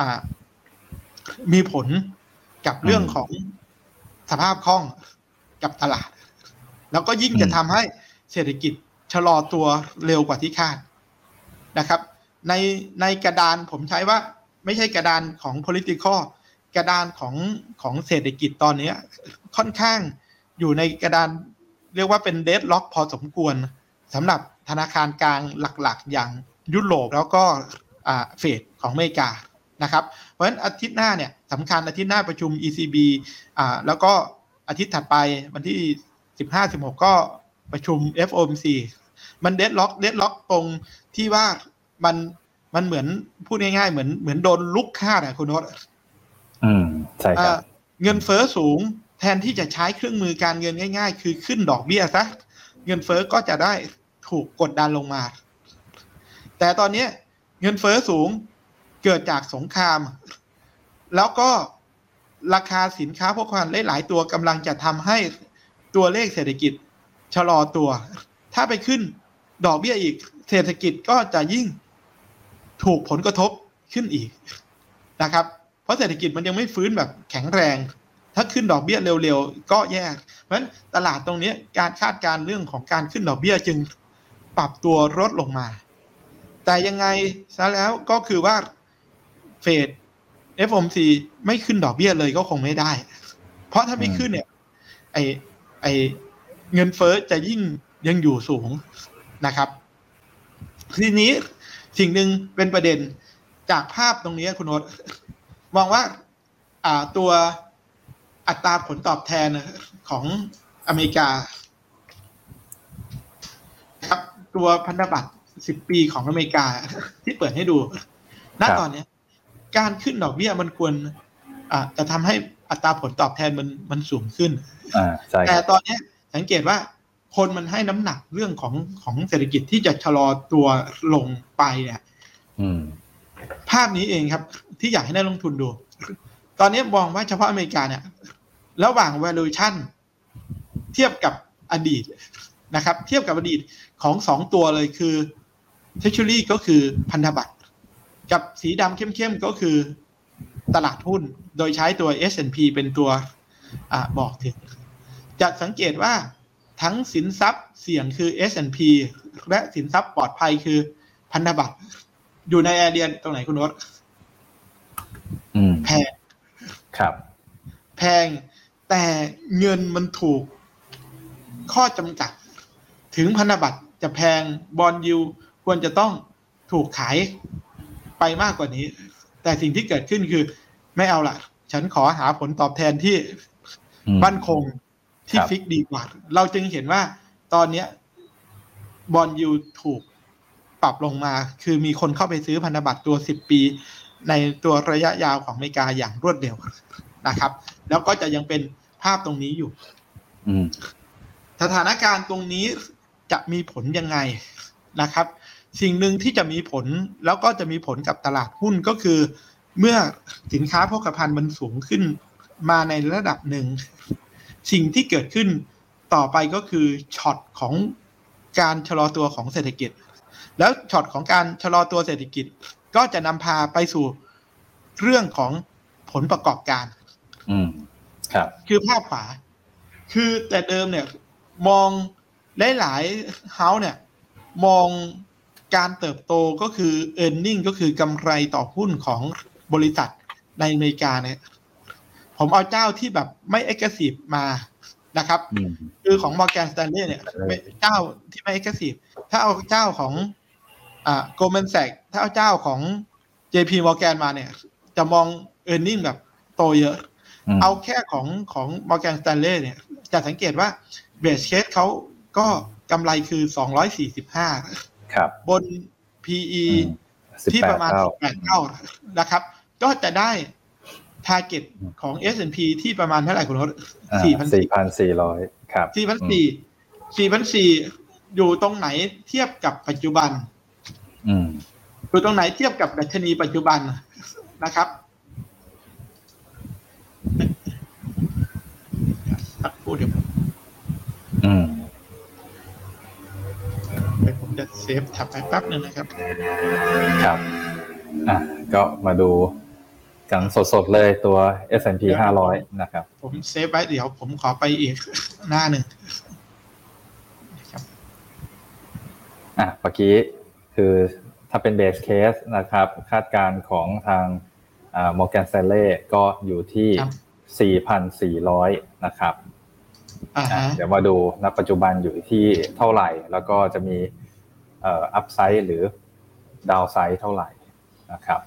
มีผลกับเรื่องของสภาพคล่องกับตลาดแล้วก็ยิ่งจะทำให้เศรษฐกิจชะลอตัวเร็วกว่าที่คาดนะครับในกระดานผมใช้ว่าไม่ใช่กระดานของ political กระดานของเศรษฐกิจตอนนี้ค่อนข้างอยู่ในกระดานเรียกว่าเป็นเดดล็อกพอสมควรสำหรับธนาคารกลางหลักๆอย่างยุโรปแล้วก็เฟดของอเมริกานะครับเพราะฉะนั้นอาทิตย์หน้าเนี่ยสำคัญอาทิตย์หน้าประชุม ECB แล้วก็อาทิตย์ถัดไปวันที่ 15-16 ก็ประชุม FOMC มันเดดล็อกตรงที่ว่ามันเหมือนพูดง่ายๆเหมือนโดนลุกฆ่าอ่ะคุณโน้ตใช่ครับเงินเฟ้อสูงแทนที่จะใช้เครื่องมือการเงินง่ายๆคือขึ้นดอกเบี้ยซะเงินเฟ้อก็จะได้ถูกกดดันลงมาแต่ตอนนี้เงินเฟ้อสูงเกิดจากสงครามแล้วก็ราคาสินค้าโภคภัณฑ์หลายๆตัวกำลังจะทำให้ตัวเลขเศรษฐกิจชะลอตัวถ้าไปขึ้นดอกเบี้ยอีกเศรษฐกิจก็จะยิ่งถูกผลกระทบขึ้นอีกนะครับเพราะเศรษฐกิจมันยังไม่ฟื้นแบบแข็งแรงถ้าขึ้นดอกเบี้ยเร็วๆก็แย่เพราะฉะนั้นตลาดตรงนี้การคาดการณ์เรื่องของการขึ้นดอกเบี้ยจึงปรับตัวลดลงมาแต่ยังไงซะแล้วก็คือว่าเฟด FOMC ไม่ขึ้นดอกเบี้ยเลยก็คงไม่ได้เพราะถ้าไม่ขึ้นเนี่ยไอเงินเฟ้อจะยิ่งยังอยู่สูงนะครับทีนี้สิ่งหนึ่งเป็นประเด็นจากภาพตรงนี้คุณโน้ตมองว่าตัวอัตราผลตอบแทนของอเมริกาครับตัวพันธบัตร10 ปีของอเมริกาที่เปิดให้ดูณตอนนี้การขึ้นดอกเบี้ยมันควรจะทำให้อัตราผลตอบแทนมันสูงขึ้นแต่ตอนนี้สังเกตว่าคนมันให้น้ำหนักเรื่องของเศรษฐกิจที่จะชะลอตัวลงไปเนี่ยภาพนี้เองครับที่อยากให้นักลงทุนดูตอนนี้มองว่าเฉพาะอเมริกาเนี่ยระหว่าง valuation เทียบกับอดีตนะครับเทียบกับอดีตของ2ตัวเลยคือ Treasury ก็คือพันธบัตรกับสีดำเข้มๆก็คือตลาดหุ้นโดยใช้ตัว S&P เป็นตัวบอกถึงจะสังเกตว่าทั้งสินทรัพย์เสี่ยงคือ S&P และสินทรัพย์ปลอดภัยคือพันธบัตรอยู่ในแอเรียตรงไหนคุณโน้ตแพงครับแพงแต่เงินมันถูกข้อจำกัดถึงพันธบัตรจะแพงบอนด์ยิลด์ควรจะต้องถูกขายไปมากกว่านี้แต่สิ่งที่เกิดขึ้นคือไม่เอาล่ะฉันขอหาผลตอบแทนที่มั่นคงที่ฟิกดีกว่าเราจึงเห็นว่าตอนนี้บอนด์ยิลด์ถูกปรับลงมาคือมีคนเข้าไปซื้อพันธบัตรตัว10 ปีในตัวระยะยาวของอเมริกาอย่างรวดเร็วนะครับแล้วก็จะยังเป็นภาพตรงนี้อยู่สถานการณ์ตรงนี้จะมีผลยังไงนะครับสิ่งหนึ่งที่จะมีผลแล้วก็จะมีผลกับตลาดหุ้นก็คือเมื่อสินค้าโภคภัณฑ์มันสูงขึ้นมาในระดับหนึ่งสิ่งที่เกิดขึ้นต่อไปก็คือช็อตของการชะลอตัวของเศรษฐกิจแล้วช็อตของการชะลอตัวเศรษฐกิจก็จะนำพาไปสู่เรื่องของผลประกอบการครับคือภาพขวาคือแต่เดิมเนี่ยมองหลายๆเฮ้าเนี่ยมองการเติบโตก็คือ earning ก็คือกำไรต่อหุ้นของบริษัทในอเมริกาเนี่ยผมเอาเจ้าที่แบบไม่ aggressive มานะครับคือของ Morgan Stanley เนี่ยเจ้าที่ไม่ aggressive ถ้าเอาเจ้าของGoldman Sachs ถ้าเอาเจ้าของ JP Morgan มาเนี่ยจะมอง earning แบบโตเยอะเอาแค่ของ Morgan Stanley เนี่ยจะสังเกตว่า base case เขาก็กำไรคือ245 ครับบน PE ที่ประมาณ18 เท่านะครับก็จะได้ target ของ S&P ที่ประมาณเท่าไหร่คุณโน้ต 4,400 ครับ 4,400 อยู่ตรงไหนเทียบกับปัจจุบันอยู่ตรงไหนเทียบกับดัชนีปัจจุบันนะครับพูดเดี๋ยวผมจะเซฟทับไปแป๊บนึงนะครับครับก็มาดูกันสดๆเลยตัว S&P 500นะครับผมเซฟไว้เดี๋ยวผมขอไปอีกหน้าหนึ่งครับเมื่อกี้คือถ้าเป็น base case นะครับคาดการณ์ของทางMorgan Stanley ก็อยู่ที่ 4,400 นะครับเดี๋ยวมาดูณปัจจุบันอยู่ที่เท่าไหร่แล้วก็จะมีอัพไซด์หรือดาวไซด์เท่าไหร่นะครับ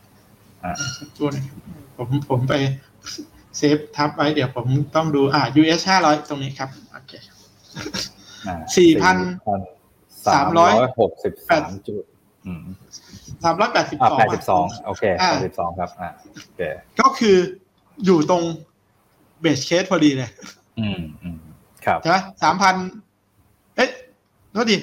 ผมไปเซฟทับไว้เดี๋ยวผมต้องดูUS 500ตรงนี้ครับโอเค 363จุด 382 โอเค82ครับโอเคก็คืออยู่ตรงเบสเคสพอดีเลยครับใช่ไหม3,000โทษดิ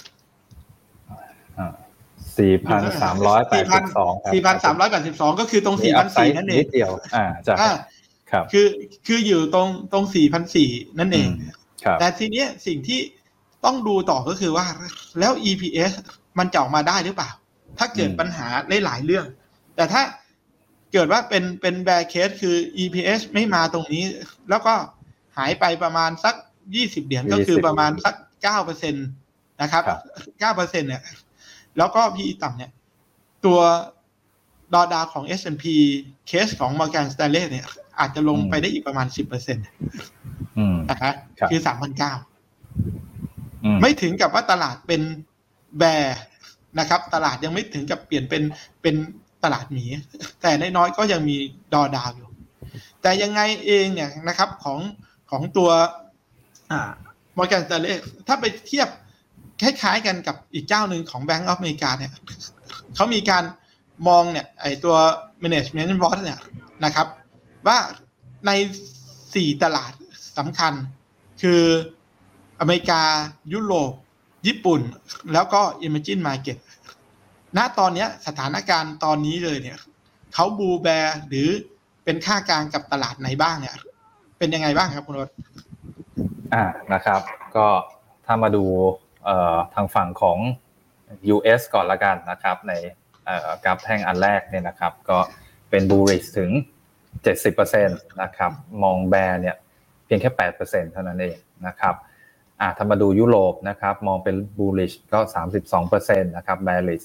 4,382 ก็คือตรง 4,400 นั่นเองนิดเดียวจ้ะครับคืออยู่ตรง 4,400 นั่นเองแต่ทีเนี้ยสิ่งที่ต้องดูต่อก็คือว่าแล้ว EPS มันจะออกมาได้หรือเปล่าถ้าเกิดปัญหาหลายเรื่องแต่ถ้าเกิดว่าเป็น bear case คือ EPS ไม่มาตรงนี้แล้วก็หายไปประมาณสัก20เหรียญก็คือประมาณสัก 9% นะครับ 9% เนี่ยแล้วก็ PE ต่ำเนี่ยตัวดอดาวของ S&P เคสของ Morgan Stanley เนี่ยอาจจะลงไปได้อีกประมาณ 10% นะครับคือ 3,900 ไม่ถึงกับว่าตลาดเป็นแบร์นะครับตลาดยังไม่ถึงกับเปลี่ยนเป็นตลาดหมีแต่น้อยๆก็ยังมีดอดาวอยู่แต่ยังไงเองเนี่ยนะครับของตัวMorgan Stanley ถ้าไปเทียบคล้ายๆกันกับอีกเจ้าหนึ่งของ Bank of America เนี่ยเขามีการมองเนี่ยไอตัว management board เนี่ยนะครับว่าใน4ตลาดสำคัญคืออเมริกายุโรปญี่ปุ่นแล้วก็ emerging market ณตอนนี้สถานการณ์ตอนนี้เลยเนี่ยเขาบูแบร์หรือเป็นค่ากลางกับตลาดไหนบ้างเนี่ยเป็นยังไงบ้างครับคุณรถนะครับก็ถ้ามาดูทางฝั่งของ US ก่อนละกันนะครับในกราฟแท่งอันแรกเนี่ยนะครับก็เป็น bullish ถึง 70% นะครับมองแบร์เนี่ยเพียงแค่ 8% เท่านั้นเองนะครับถ้ามาดูยุโรปนะครับมองเป็น bullish ก็ 32% นะครับ bearish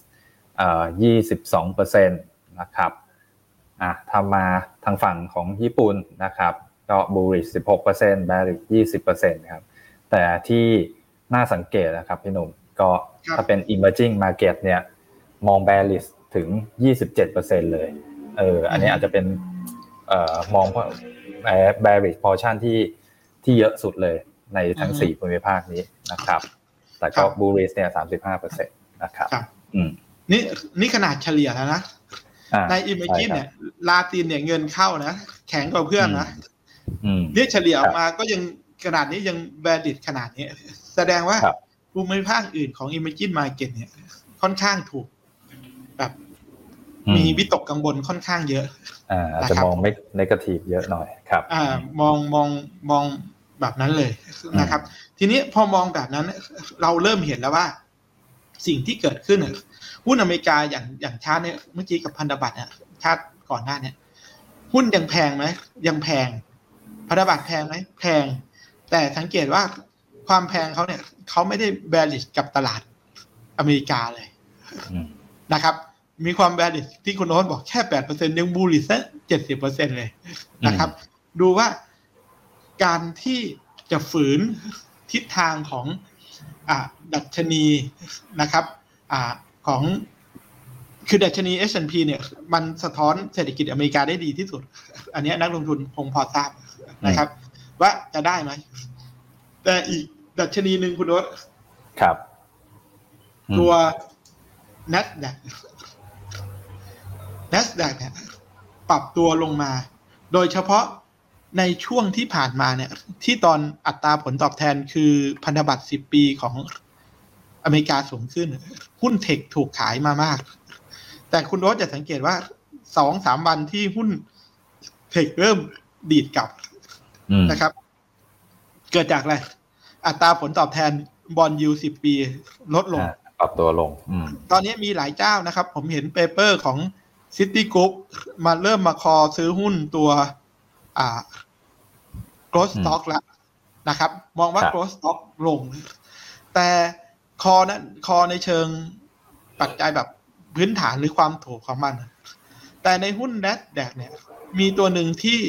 22% นะครับถ้ามาทางฝั่งของญี่ปุ่นนะครับก็ bullish 16% bearish 20% ครับแต่ที่น่าสังเกตนะครับพี่หนุ่มก็ถ้าเป็น emerging market เนี่ยมอง bearish ถึง 27% เลยอันนี้อาจจะเป็นมอง bearish portion ที่เยอะสุดเลยในทั้ง4ภูมิภาคนี้นะครับแต่ก็ bullish เนี่ย 35% นะครับนี่ขนาดเฉลี่ยแล้วนะใน emerging เนี่ยลาตินเนี่ยเงินเข้านะแข็งกว่าเพื่อนนะนี่เฉลี่ยออกมาก็ยังขนาดนี้ยัง bearish ขนาดนี้แสดงว่าภูมิภาคอื่นของ emerging market เนี่ยค่อนข้างถูกแบบมีวิตกกังวลค่อนข้างเยอะอาจจะมองไม่ negative เยอะหน่อยครับมองแบบนั้นเลยนะครับทีนี้พอมองแบบนั้นเราเริ่มเห็นแล้วว่าสิ่งที่เกิดขึ้นหุ้นอเมริกาอย่างชาติเนี่ยเมื่อกี้กับพันธบัตรเนี่ยชาติก่อนหน้าเนี่ยหุ้นยังแพงไหมยังแพงพันธบัตรแพงไหมแพงแต่สังเกตว่าความแพงเขาเนี่ยเขาไม่ได้ bearish กับตลาดอเมริกาเลยนะครับมีความ bearish ที่คุณโน้ตบอกแค่ 8% ยัง bullish ซะ 70% เลยนะครับดูว่าการที่จะฝืนทิศทางของดัชนีนะครับของคือดัชนี S&P เนี่ยมันสะท้อนเศรษฐกิจอเมริกาได้ดีที่สุดอันนี้นักลงทุนคงพอทราบนะครับว่าจะได้ไหมแต่อีกดัชนีหนึ่งคุณโน้ตครับตัว NASDAQ เนี่ยปรับตัวลงมาโดยเฉพาะในช่วงที่ผ่านมาเนี่ยที่ตอนอัตราผลตอบแทนคือพันธบัตร10ปีของอเมริกาสูงขึ้นหุ้นเทคถูกขายมามากแต่คุณโรสจะสังเกตว่า 2-3 วันที่หุ้นเทคเริ่มดีดกลับนะครับเกิดจากอะไรอัตราผลตอบแทนบอนด์ยิลด์10ปีลดลงปรับตัวลงตอนนี้มีหลายเจ้านะครับผมเห็นเปเปอร์ของ Citigroup มาเริ่มมาคอซื้อหุ้นตัวgrowth stock แล้วนะครับมองว่า growth stock ลงแต่คอในเชิงปัจจัยแบบพื้นฐานหรือความถูกของมันแต่ในหุ้น NASDAQ เนี่ยมีตัวหนึ่งที่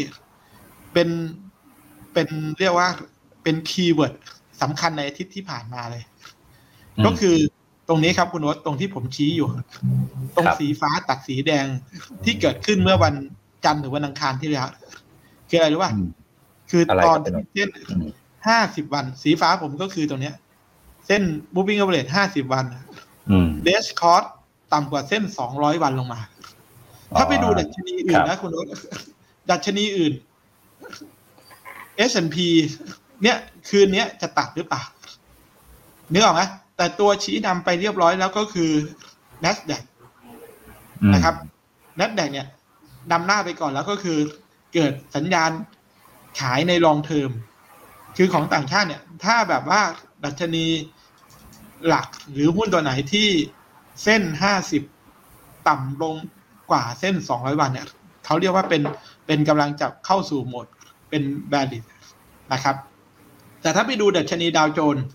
เป็นเรียกว่าเป็นคีย์เวิร์ดสำคัญในอาทิตย์ที่ผ่านมาเลยก็คือตรงนี้ครับคุณโอ๊ตตรงที่ผมชี้อยู่ตรงสีฟ้าตัดสีแดงที่เกิดขึ้นเมื่อวันจันทร์หรือวันอังคารที่แล้วคืออะไรรู้ป่ะคือตอนที่เส้น50 วันสีฟ้าผมก็คือตรงเนี้ยเส้น moving average 50 วันdash cost ต่ำกว่าเส้น200วันลงมาถ้าไปดูดัชนีอื่นนะคุณโอ๊ตดัชนีอื่น S&P เนี่ยคืนนี้จะตัดหรือเปล่านึกออกไหมแต่ตัวชี้นำไปเรียบร้อยแล้วก็คือ NASDAQ นะครับ NASDAQ เนี่ยนำหน้าไปก่อนแล้วก็คือเกิดสัญญาณขายใน long term คือของต่างชาติเนี่ยถ้าแบบว่าดัชนีหลักหรือหุ้นตัวไหนที่เส้น50ต่ำลงกว่าเส้น200วันเนี่ยเขาเรียกว่าเป็นกำลังจะเข้าสู่โหมดเป็น bearish นะครับแต่ถ้าไปดูดัชนีดาวโจนส์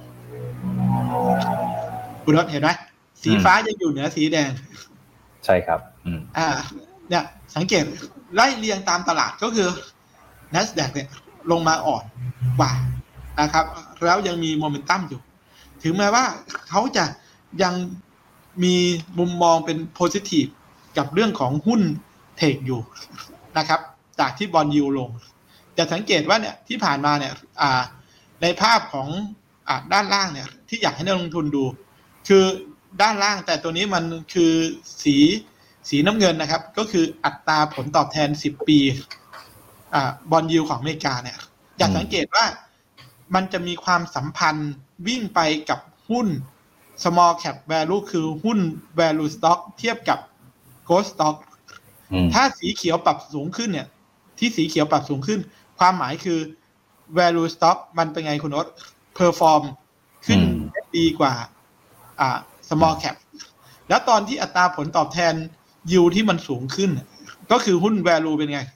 คุณรถเห็นไหมสีฟ้ายังอยู่เหนือสีแดงใช่ครับเนี่ยสังเกตไล่เรียงตามตลาดก็คือ NASDAQ เนี่ยลงมาอ่อนกว่านะครับแล้วยังมีโมเมนตัมอยู่ถึงแม้ว่าเขาจะยังมีมุมมองเป็นโพซิทีฟกับเรื่องของหุ้นเทคอยู่นะครับจากที่บอนด์ยิลด์ลงแต่สังเกตว่าเนี่ยที่ผ่านมาเนี่ยในภาพของด้านล่างเนี่ยที่อยากให้นักลงทุนดูคือด้านล่างแต่ตัวนี้มันคือสีน้ำเงินนะครับก็คืออัตราผลตอบแทน10 ปีบอนด์ยิลด์ของอเมริกาเนี่ยอยากสังเกตว่ามันจะมีความสัมพันธ์วิ่งไปกับหุ้น small cap value คือหุ้น value stock เทียบกับ growth stock ถ้าสีเขียวปรับสูงขึ้นเนี่ยที่สีเขียวปรับสูงขึ้นความหมายคือ value stock มันเป็นไงคุณโอ๊ต perform ขึ้นดีกว่าsmall cap แล้วตอนที่อัตราผลตอบแทน yield ที่มันสูงขึ้นก็คือหุ้น value เป็นไง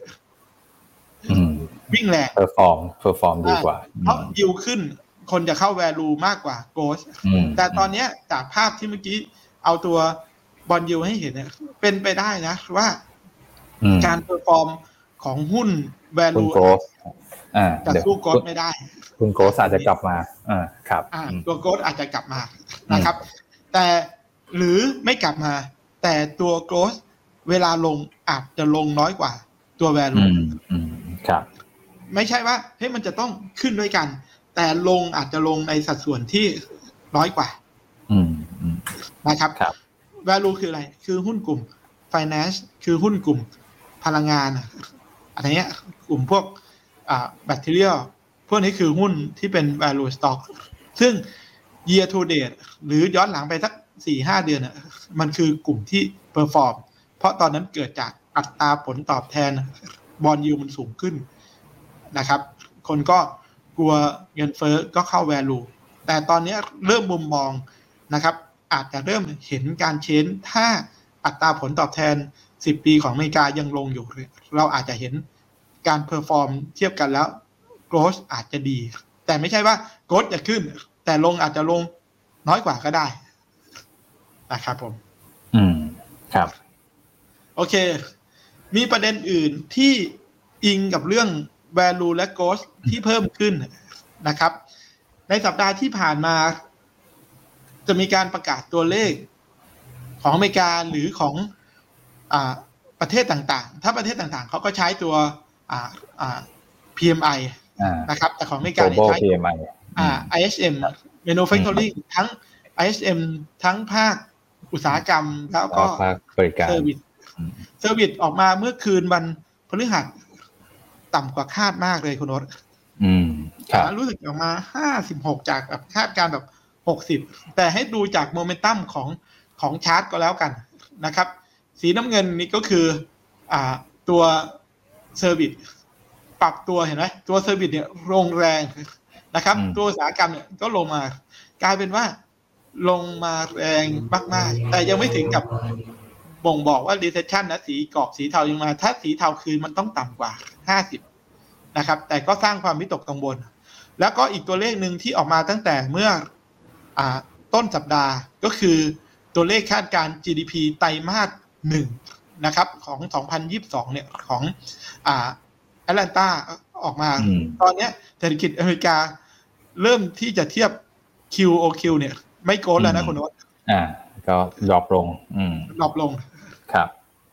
วิ่งแรง perform ดีกว่าเพราะ yield ขึ้นคนจะเข้า value มากกว่า growth แต่ตอนนี้จากภาพที่เมื่อกี้เอาตัวบอนด์ยิลด์ให้เห็นเนี่ยเป็นไปได้นะว่าการ perform ของหุ้น value จะสู้ growth ไม่ได้หุ้น growth อาจจะกลับมาครับตัว growth อาจจะกลับมานะครับแต่หรือไม่กลับมาแต่ตัว growth เวลาลงอาจจะลงน้อยกว่าตัว value ครับไม่ใช่ว่าเฮ้ยมันจะต้องขึ้นด้วยกันแต่ลงอาจจะลงในสัดส่วนที่น้อยกว่านะครับ value คืออะไรคือหุ้นกลุ่ม finance คือหุ้นกลุ่มพลังงานอะไรเงี้ยกลุ่มพวกmaterial พวกนี้คือหุ้นที่เป็น value stock ซึ่ง year to date หรือย้อนหลังไปสัก 4-5 เดือนมันคือกลุ่มที่ perform เพราะตอนนั้นเกิดจากอัตราผลตอบแทนบอนด์ยิลด์มันสูงขึ้นนะครับคนก็กลัวเงินเฟ้อก็เข้า value แต่ตอนนี้เริ่มมุมมองนะครับอาจจะเริ่มเห็นการเชนถ้าอัตราผลตอบแทน10 ปีของอเมริกายังลงอยู่เราอาจจะเห็นการเพอร์ฟอร์มเทียบกันแล้ว growth อาจจะดีแต่ไม่ใช่ว่า growth จะขึ้นแต่ลงอาจจะลงน้อยกว่าก็ได้นะครับผมครับโอเคมีประเด็นอื่นที่อิงกับเรื่อง value และ growth ที่เพิ่มขึ้นนะครับในสัปดาห์ที่ผ่านมาจะมีการประกาศตัวเลขของอเมริกาหรือของประเทศต่างๆถ้าประเทศต่างๆเขาก็ใช้ตัวPMI นะครับแต่ของอเมริกาเนี่ยใช้ PMI ISM manufacturing ทั้ง ISM ทั้งภาคอุตสาหกรรมแล้วก็บริการเซอร์วิสออกมาเมื่อคืนวันพฤหัสต่ำกว่าคาดมากเลยคุณโอ๊ตรู้สึกออกมา56จากแบบคาดการแบบ60แต่ให้ดูจากโมเมนตัมของชาร์ตก็แล้วกันนะครับสีน้ำเงินนี่ก็คือตัวเซอร์วิสปรับตัวเห็นไหมตัวเซอร์วิสเนี่ยลงแรงนะครับตัวอุตสาหกรรมเนี่ยก็ลงมากลายเป็นว่าลงมาแรงมากๆแต่ยังไม่ถึงกับบ่งบอกว่า recession นะสีกรอบสีเทายังมาถ้าสีเทาคืนมันต้องต่ำกว่า50นะครับแต่ก็สร้างความวิตกกังวลแล้วก็อีกตัวเลขหนึ่งที่ออกมาตั้งแต่เมื่อต้นสัปดาห์ก็คือตัวเลขคาดการณ์ GDP ไตรมาส1นะครับของ2022เนี่ยของแอตแลนตาออกมาตอนนี้เศรษฐกิจอเมริกาเริ่มที่จะเทียบ QOQ เนี่ยไม่โกรธแล้วนะคุณโอ๊ตก็ดรอปลงดรอปลงครับ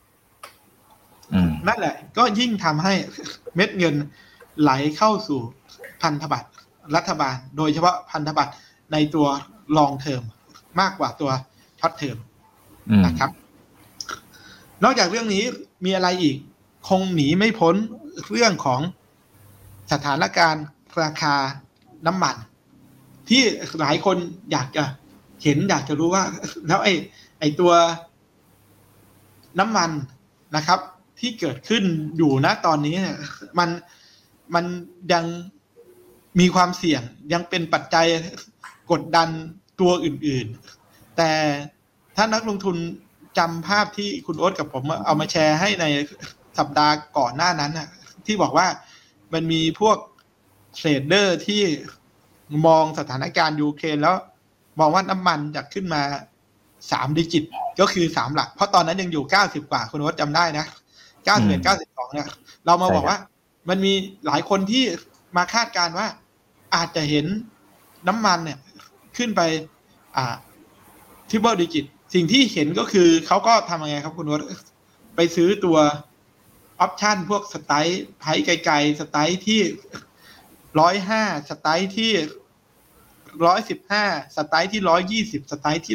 นั่นแหละก็ยิ่งทำให้เม็ดเงินไหลเข้าสู่พันธบัตรรัฐบาลโดยเฉพาะพันธบัตรในตัว long term มากกว่าตัว short term นะครับ นอกจากเรื่องนี้มีอะไรอีกคงหนีไม่พ้นเรื่องของสถานการณ์ราคาน้ำมันที่หลายคนอยากจะเห็นอยากจะรู้ว่าแล้วไอตัวน้ำมันนะครับที่เกิดขึ้นอยู่ณตอนนี้เนี่ยมันยังมีความเสี่ยงยังเป็นปัจจัยกดดันตัวอื่นๆแต่ถ้านักลงทุนจำภาพที่คุณโอ๊ตกับผมเอามาแชร์ให้ในสัปดาห์ก่อนหน้านั้นน่ะที่บอกว่ามันมีพวกเทรดเดอร์ที่มองสถานการณ์ยูเครนแล้วมองว่าน้ำมันจะขึ้นมา3 ดิจิตก็คือ3 หลักเพราะตอนนั้นยังอยู่90กว่าคุณโอ๊ตจำได้นะ91 92เนี่ยเรามาบอกว่ามันมีหลายคนที่มาคาดการณ์ว่าอาจจะเห็นน้ำมันเนี่ยขึ้นไปtriple digit สิ่งที่เห็นก็คือเขาก็ทำยังไงครับคุณโอ๊ตไปซื้อตัวออปชั่นพวกสไตล์ไพไกลๆสไตล์ที่105สไตล์ที่115สไตล์ที่120สไตล์ที่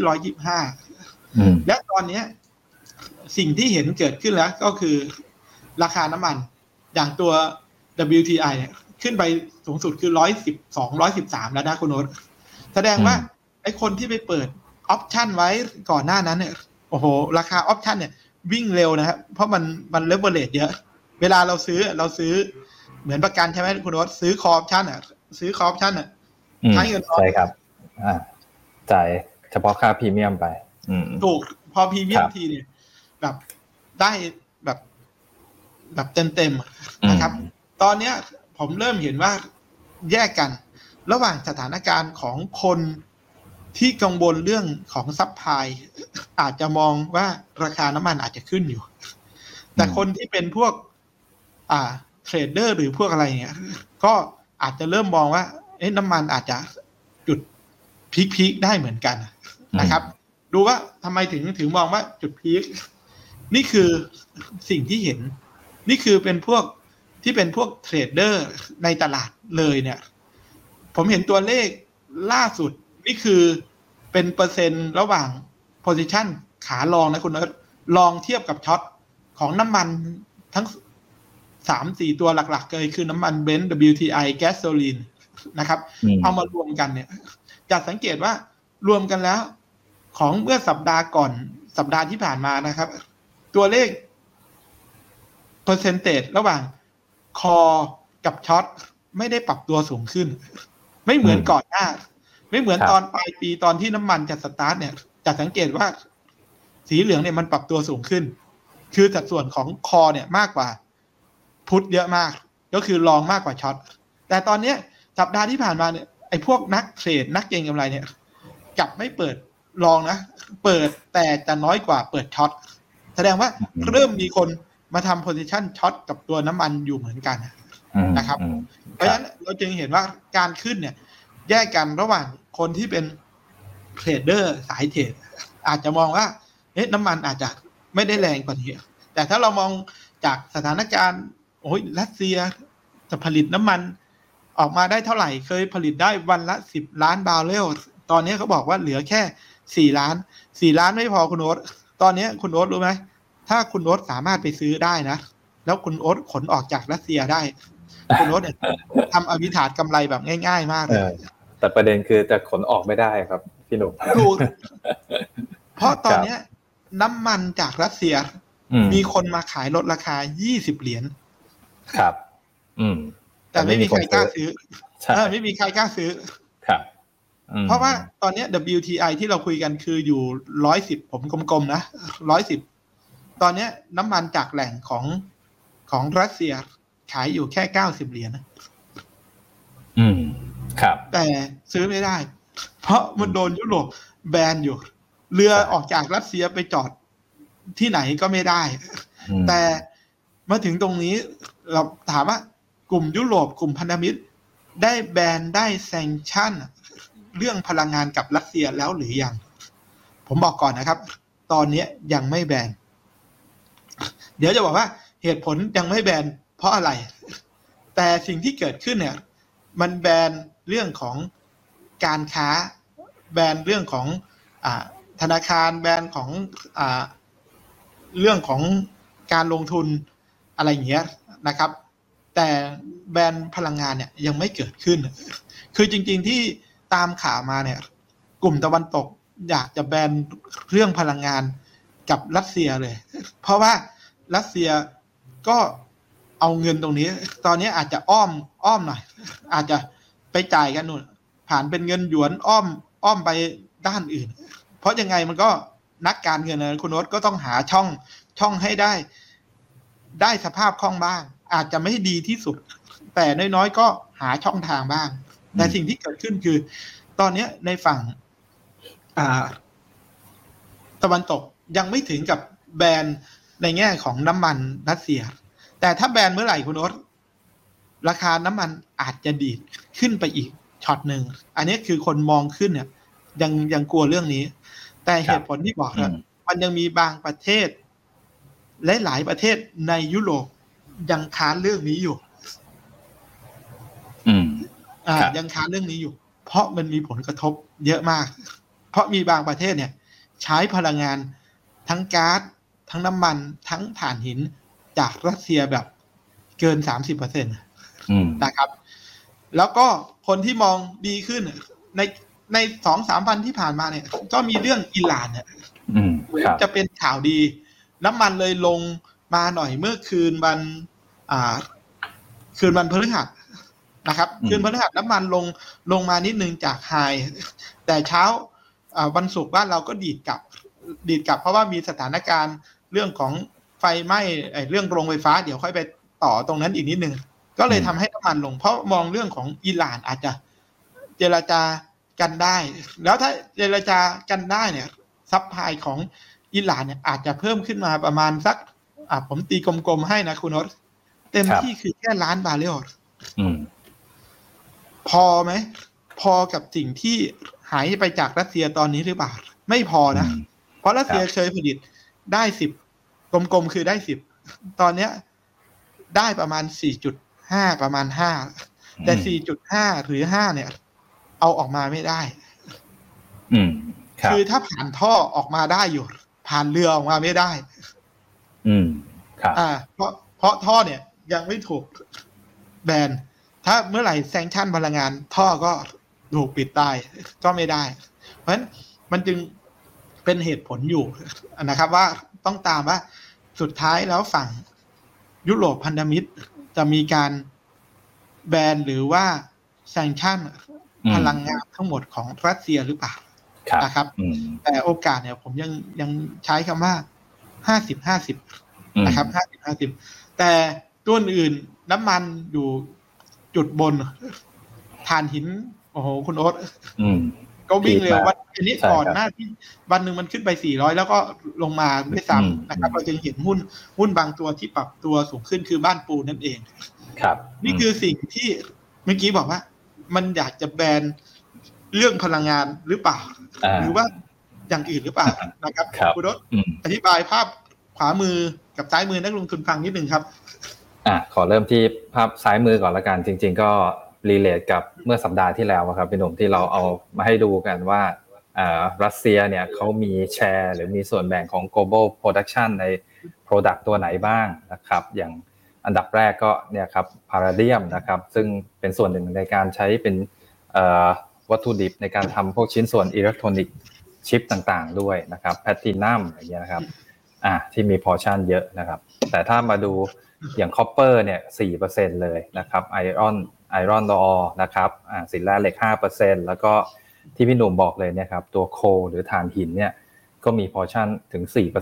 125และตอนนี้สิ่งที่เห็นเกิดขึ้นแล้วก็คือราคาน้ำมันอย่างตัว WTI เนี่ยขึ้นไปสูงสุดคือ112 113แล้วนะคุณโอ๊ตแสดงว่าไอ้คนที่ไปเปิดออปชั่นไว้ก่อนหน้านั้นเนี่ยโอ้โหราคาออปชั่นเนี่ยวิ่งเร็วนะครับเพราะมันเลเวอเรจเยอะเวลาเราซื้อเหมือนประกันใช่ไหมคุณโอ๊ตซื้อคออปชั่นอ่ะซื้อคออปชั่นอ่ะใช้เงินน้อยใช่ครับจ่ายเฉพาะค่าพรีเมียมไปถูกพอพรีเมียมทีเนี่ยแบบได้แบบเต็มนะครับตอนเนี้ยผมเริ่มเห็นว่าแยกกันระหว่างสถานการณ์ของคนที่กังวลเรื่องของซัพพลายอาจจะมองว่าราคาน้ำมันอาจจะขึ้นอยู่แต่คนที่เป็นพวกเทรดเดอร์หรือพวกอะไรเงี้ยก็อาจจะเริ่มมองว่าน้ำมันอาจจะจุดพีคได้เหมือนกันนะครับดูว่าทำไมถึงมองว่าจุดพีคนี่คือสิ่งที่เห็นนี่คือเป็นพวกที่เป็นพวกเทรดเดอร์ในตลาดเลยเนี่ยผมเห็นตัวเลขล่าสุดนี่คือเป็นเปอร์เซ็นต์ระหว่าง position ขาลองนะคุณลองเทียบกับช็อตของน้ำมันทั้ง 3-4 ตัวหลักๆเลยคือน้ำมันเบนซ์ WTI แก๊สโซลีนนะครับเอามารวมกันเนี่ยจะสังเกตว่ารวมกันแล้วของเมื่อสัปดาห์ก่อนสัปดาห์ที่ผ่านมานะครับตัวเลขเปอร์เซนเทจระหว่างคอกับช็อตไม่ได้ปรับตัวสูงขึ้นไม่เหมือนก่อนหน้าไม่เหมือนตอนปลายปีตอนที่น้ำมันจะสตาร์ทเนี่ยจะสังเกตว่าสีเหลืองเนี่ยมันปรับตัวสูงขึ้นคือสัดส่วนของคอเนี่ยมากกว่าพุทเยอะมากก็คือลองมากกว่าช็อตแต่ตอนนี้สัปดาห์ที่ผ่านมาเนี่ยไอ้พวกนักเทรดนักเก็งกำไรเนี่ยกลับไม่เปิดลองนะเปิดแต่จะน้อยกว่าเปิดช็อตแสดงว่าเริ่มมีคนมาทำโพซิชันช็อตกับตัวน้ำมันอยู่เหมือนกันนะครับเพราะฉะนั้นเราจึงเห็นว่าการขึ้นเนี่ยแยกกันระหว่างคนที่เป็นเทรดเดอร์สายเทรดอาจจะมองว่าน้ำมันอาจจะไม่ได้แรงกว่านี้แต่ถ้าเรามองจากสถานการณ์รัสเซียจะผลิตน้ำมันออกมาได้เท่าไหร่เคยผลิตได้วันละ10 ล้านบาร์เรลตอนนี้เขาบอกว่าเหลือแค่4 ล้านไม่พอคุณโอ๊ตตอนนี้คุณโอ๊ตรู้ไหมถ้าคุณโอ๊ตสามารถไปซื้อได้นะแล้วคุณโอ๊ตขนออกจากรัสเซียได้คุณโอ๊ตเนี่ยทำอภิธานกำไรแบบง่ายๆมากเลยแต่ประเด็นคือจะขนออกไม่ได้ครับพี่หนุ่มถูกเพราะตอนนี้น้ำมันจากรัสเซียมีคนมาขายลดราคา20 เหรียญครับแต่ไม่มีใครกล้าซื้อไม่มีใครกล้าซื้อครับเพราะว่าตอนนี้ WTI ที่เราคุยกันคืออยู่110ผมกลมๆนะ110ตอนนี้น้ำมันจากแหล่งของรัสเซียขายอยู่แค่90 เหรียญครับแต่ซื้อไม่ได้เพราะมันโดนยุโรปแบนอยู่เรือออกจากรัสเซียไปจอดที่ไหนก็ไม่ได้แต่มาถึงตรงนี้เราถามว่ากลุ่มยุโรปกลุ่มพันธมิตรได้แบนได้แซงชั่นเรื่องพลังงานกับรัสเซียแล้วหรือยังผมบอกก่อนนะครับตอนนี้ยังไม่แบนเดี๋ยวจะบอกว่าเหตุผลยังไม่แบนเพราะอะไรแต่สิ่งที่เกิดขึ้นเนี่ยมันแบนเรื่องของการค้าแบนเรื่องของธนาคารแบนของเรื่องของการลงทุนอะไรอย่างเงี้ยนะครับแต่แบนพลังงานเนี่ยยังไม่เกิดขึ้นคือจริงๆที่ตามข่าวมาเนี่ยกลุ่มตะวันตกอยากจะแบนเรื่องพลังงานกับรัสเซียเลยเพราะว่ารัสเซียก็เอาเงินตรงนี้ตอนนี้อาจจะอ้อมหน่อยอาจจะไปจ่ายกันนู่นผ่านเป็นเงินหยวนอ้อมไปด้านอื่นเพราะยังไงมันก็นักการเงินนะคุณโน้ตก็ต้องหาช่องให้ได้สภาพคล่องบ้างอาจจะไม่ดีที่สุดแต่น้อยๆก็หาช่องทางบ้างแต่สิ่งที่เกิดขึ้นคือตอนนี้ในฝั่งตะวันตกยังไม่ถึงกับแบนในแง่ของน้ำมันรัสเซียแต่ถ้าแบนเมื่อไหร่คุณโอ๊ตราคาน้ำมันอาจจะดีดขึ้นไปอีกช็อตหนึ่งอันนี้คือคนมองขึ้นเนี่ยยังกลัวเรื่องนี้แต่เหตุผลที่บอกนะมันยังมีบางประเทศและหลายประเทศในยุโรปยังค้านเรื่องนี้อยู่ยังค้านเรื่องนี้อยู่เพราะมันมีผลกระทบเยอะมากเพราะมีบางประเทศเนี่ยใช้พลังงานทั้งก๊าซทั้งน้ำมันทั้งถ่านหินจากรัสเซียแบบเกิน 30% นะครับแล้วก็คนที่มองดีขึ้นใน 2-3 วันที่ผ่านมาเนี่ยก็มีเรื่องอิหร่านเนี่ยจะเป็นข่าวดีน้ำมันเลยลงมาหน่อยเมื่อคืนวันพฤหัสนะครับคืนพฤหัสน้ำมันลงมานิดนึงจากไฮแต่เช้าวันศุกร์บ้านเราก็ดีดกลับเพราะว่ามีสถานการณ์เรื่องของไฟไหม้เรื่องโรงไฟฟ้าเดี๋ยวค่อยไปต่อตรงนั้นอีกนิดนึงก็เลยทำให้น้ำมันลงเพราะมองเรื่องของอิหร่านอาจจะเจรจากันได้แล้วถ้าเจรจากันได้เนี่ยซัพพลายของอิหร่านเนี่ยอาจจะเพิ่มขึ้นมาประมาณสักผมตีกลมๆให้นะคุณโนตเต็มที่คือแค่ล้านบาร์เรลพอไหมพอกับสิ่งที่หายไปจากรัสเซียตอนนี้หรือเปล่าไม่พอนะเพราะรัสเซียเคยผลิตได้10กลมๆคือได้10ตอนเนี้ยได้ประมาณ 4.5 ประมาณ5แต่ 4.5 หรือ5เนี่ยเอาออกมาไม่ได้คือถ้าผ่านท่อออกมาได้อยู่ผ่านเรือออกมาไม่ได้เพราะท่อเนี่ยยังไม่ถูกแบนถ้าเมื่อไหร่แซงชั่นพลังงานท่อก็ถูกปิดตายก็ไม่ได้เพราะฉะนั้นมันจึงเป็นเหตุผลอยู่นะครับว่าต้องตามว่าสุดท้ายแล้วฝั่งยุโรปพันธมิตรจะมีการแบนหรือว่าแซงชั่นพลังงานทั้งหมดของรัสเซียหรือเปล่านะครับแต่โอกาสเนี่ยผมยังใช้คำว่า50-50นะครับ50-50แต่ตัวอื่นน้ำมันอยู่จุดบนถ่านหินโอ้โหคุณโอ๊ตก็วิ่งเร็ววันนี้ก่อนหน้าที่วันหนึ่งมันขึ้นไป400แล้วก็ลงมาไม่ซ้ำนะครับเราจึงเห็นหุ้นบางตัวที่ปรับตัวสูงขึ้นคือบ้านปูนั่นเองครับนี่คือสิ่งที่เมื่อกี้บอกว่ามันอยากจะแบนเรื่องพลังงานหรือเปล่าหรือว่าอย่างอื่นหรือเปล่านะครับคุณโอ๊ตอธิบายภาพขวามือกับซ้ายมือนักลงทุนฟังนิดนึงครับขอเริ่มที่ภาพซ้ายมือก่อนละกันจริงๆก็รีเลทกับเมื่อสัปดาห์ที่แล้วครับพี่หนุ่มที่เราเอามาให้ดูกันว่ารัสเซียเนี่ยเขามีแชร์หรือมีส่วนแบ่งของ global production ใน product ตัวไหนบ้างนะครับอย่างอันดับแรกก็เนี่ยครับพาราเดียมนะครับซึ่งเป็นส่วนหนึ่งในการใช้เป็นวัตถุดิบในการทำพวกชิ้นส่วนอิเล็กทรอนิกส์ชิปต่างๆด้วยนะครับแพลตินัมอย่างเงี้ยนะครับที่มีพอร์ชั่นเยอะนะครับแต่ถ้ามาดูอย่างคอปเปอร์เนี่ย 4% เลยนะครับไอรอนดอร์นะครับสินแร่เหล็ก 5% แล้วก็ที่พี่หนุ่มบอกเลยเนี่ยครับตัวโคหรือถ่านหินเนี่ยก็มีพอร์ชั่นถึง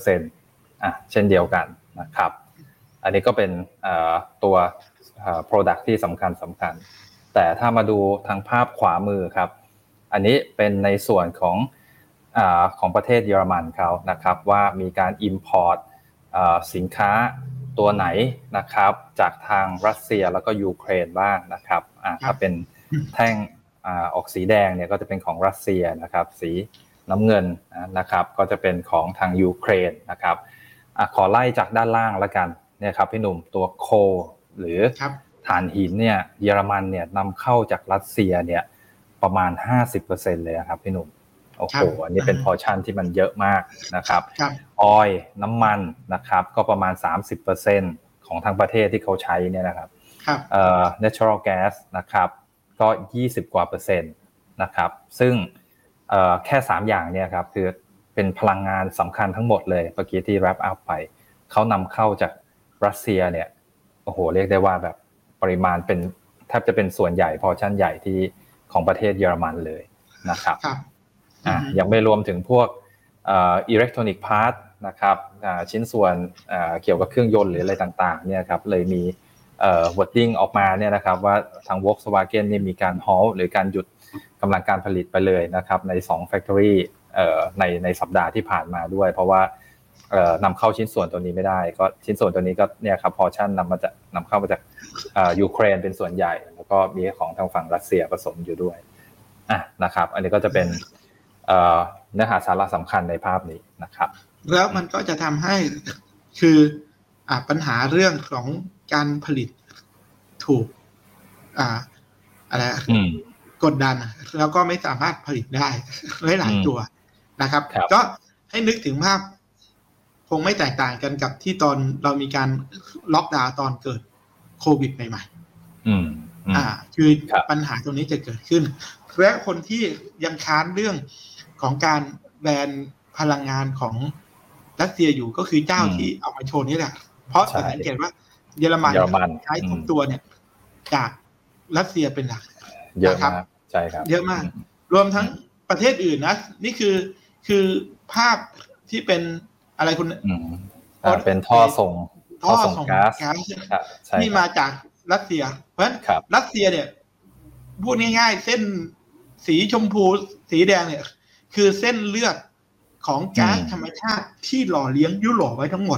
4% เช่นเดียวกันนะครับอันนี้ก็เป็นตัวproduct ที่สำคัญแต่ถ้ามาดูทางภาพขวามือครับอันนี้เป็นในส่วนของประเทศเยอรมันเขานะครับว่ามีการ import สินค้าตัวไหนนะครับจากทางรัสเซียแล้วก็ยูเครนบ้างนะครับถ้าเป็นแท่งออกสีแดงเนี่ยก็จะเป็นของรัสเซียนะครับสีน้ำเงินนะครับก็จะเป็นของทางยูเครนนะครับขอไล่จากด้านล่างแล้วกันเนี่ยครับพี่หนุ่มตัวโคหรือถ่านหินเนี่ยเยอรมันเนี่ยนำเข้าจากรัสเซียเนี่ยประมาณ 50% เลยครับพี่หนุ่มโอ้โหอันนี้เป็นพอร์ชั่นที่มันเยอะมากนะครับออยล์น้ำมันนะครับก็ประมาณ 30% ของทางประเทศที่เขาใช้เนี่ยนะครับnatural gas นะครับก็20กว่า%นะครับซึ่งแค่3อย่างเนี่ยครับคือเป็นพลังงานสำคัญทั้งหมดเลยเมื่อกี้ที่ wrap up ไปเขานำเข้าจากรัสเซียเนี่ยโอ้โหเรียกได้ว่าแบบปริมาณเป็นแทบจะเป็นส่วนใหญ่พอร์ชั่นใหญ่ที่ของประเทศเยอรมันเลยนะครับยังไม่รวมถึงพวกอิเล็กทรอนิกส์พาร์ทนะครับชิ้นส่วนเกี่ยวกับเครื่องยนต์หรืออะไรต่างๆเนี่ยครับเลยมีwording ออกมาเนี่ยนะครับว่าทาง Volkswagen นี่มีการ halt หรือการหยุดกำลังการผลิตไปเลยนะครับใน2 factory ในสัปดาห์ที่ผ่านมาด้วยเพราะว่านำเข้าชิ้นส่วนตัวนี้ไม่ได้ก็ชิ้นส่วนตัวนี้ก็เนี่ยครับพอร์ชั่นนำเข้ามาจากยูเครนเป็นส่วนใหญ่แล้วก็มีของทางฝั่งรัสเซียผสมอยู่ด้วยนะครับอันนี้ก็จะเป็นเนื้อหาสาระสำคัญในภาพนี้นะครับแล้วมันก็จะทำให้คือปัญหาเรื่องของการผลิตถูกอะไรกดดันแล้วก็ไม่สามารถผลิตได้หลายตัวนะครับก็ให้นึกถึงภาพคงไม่แตกต่างกันกับที่ตอนเรามีการล็อกดาวน์ตอนเกิดโควิดใหม่ๆคือปัญหาตรงนี้จะเกิดขึ้นและคนที่ยังค้านเรื่องของการแบนพลังงานของรัสเซียอยู่ก็คือเจ้าที่เอามาโชว์นี่แหละเพราะสังเกตว่าเยอรมันใช้ทุกตัวเนี่ยจากรัสเซียเป็นหลักเยอะมากใช่ครับเยอะมากรวมทั้งประเทศอื่นนะนี่คือภาพที่เป็นอะไรคุณเป็นท่อส่งก๊าซที่มาจากรัสเซียเพราะฉะนั้นรัสเซียเนี่ยพูดง่ายๆเส้นสีชมพูสีแดงเนี่ยคือเส้นเลือดของก๊าซธรรมชาติที่หล่อเลี้ยงยุโรปไว้ทั้งหมด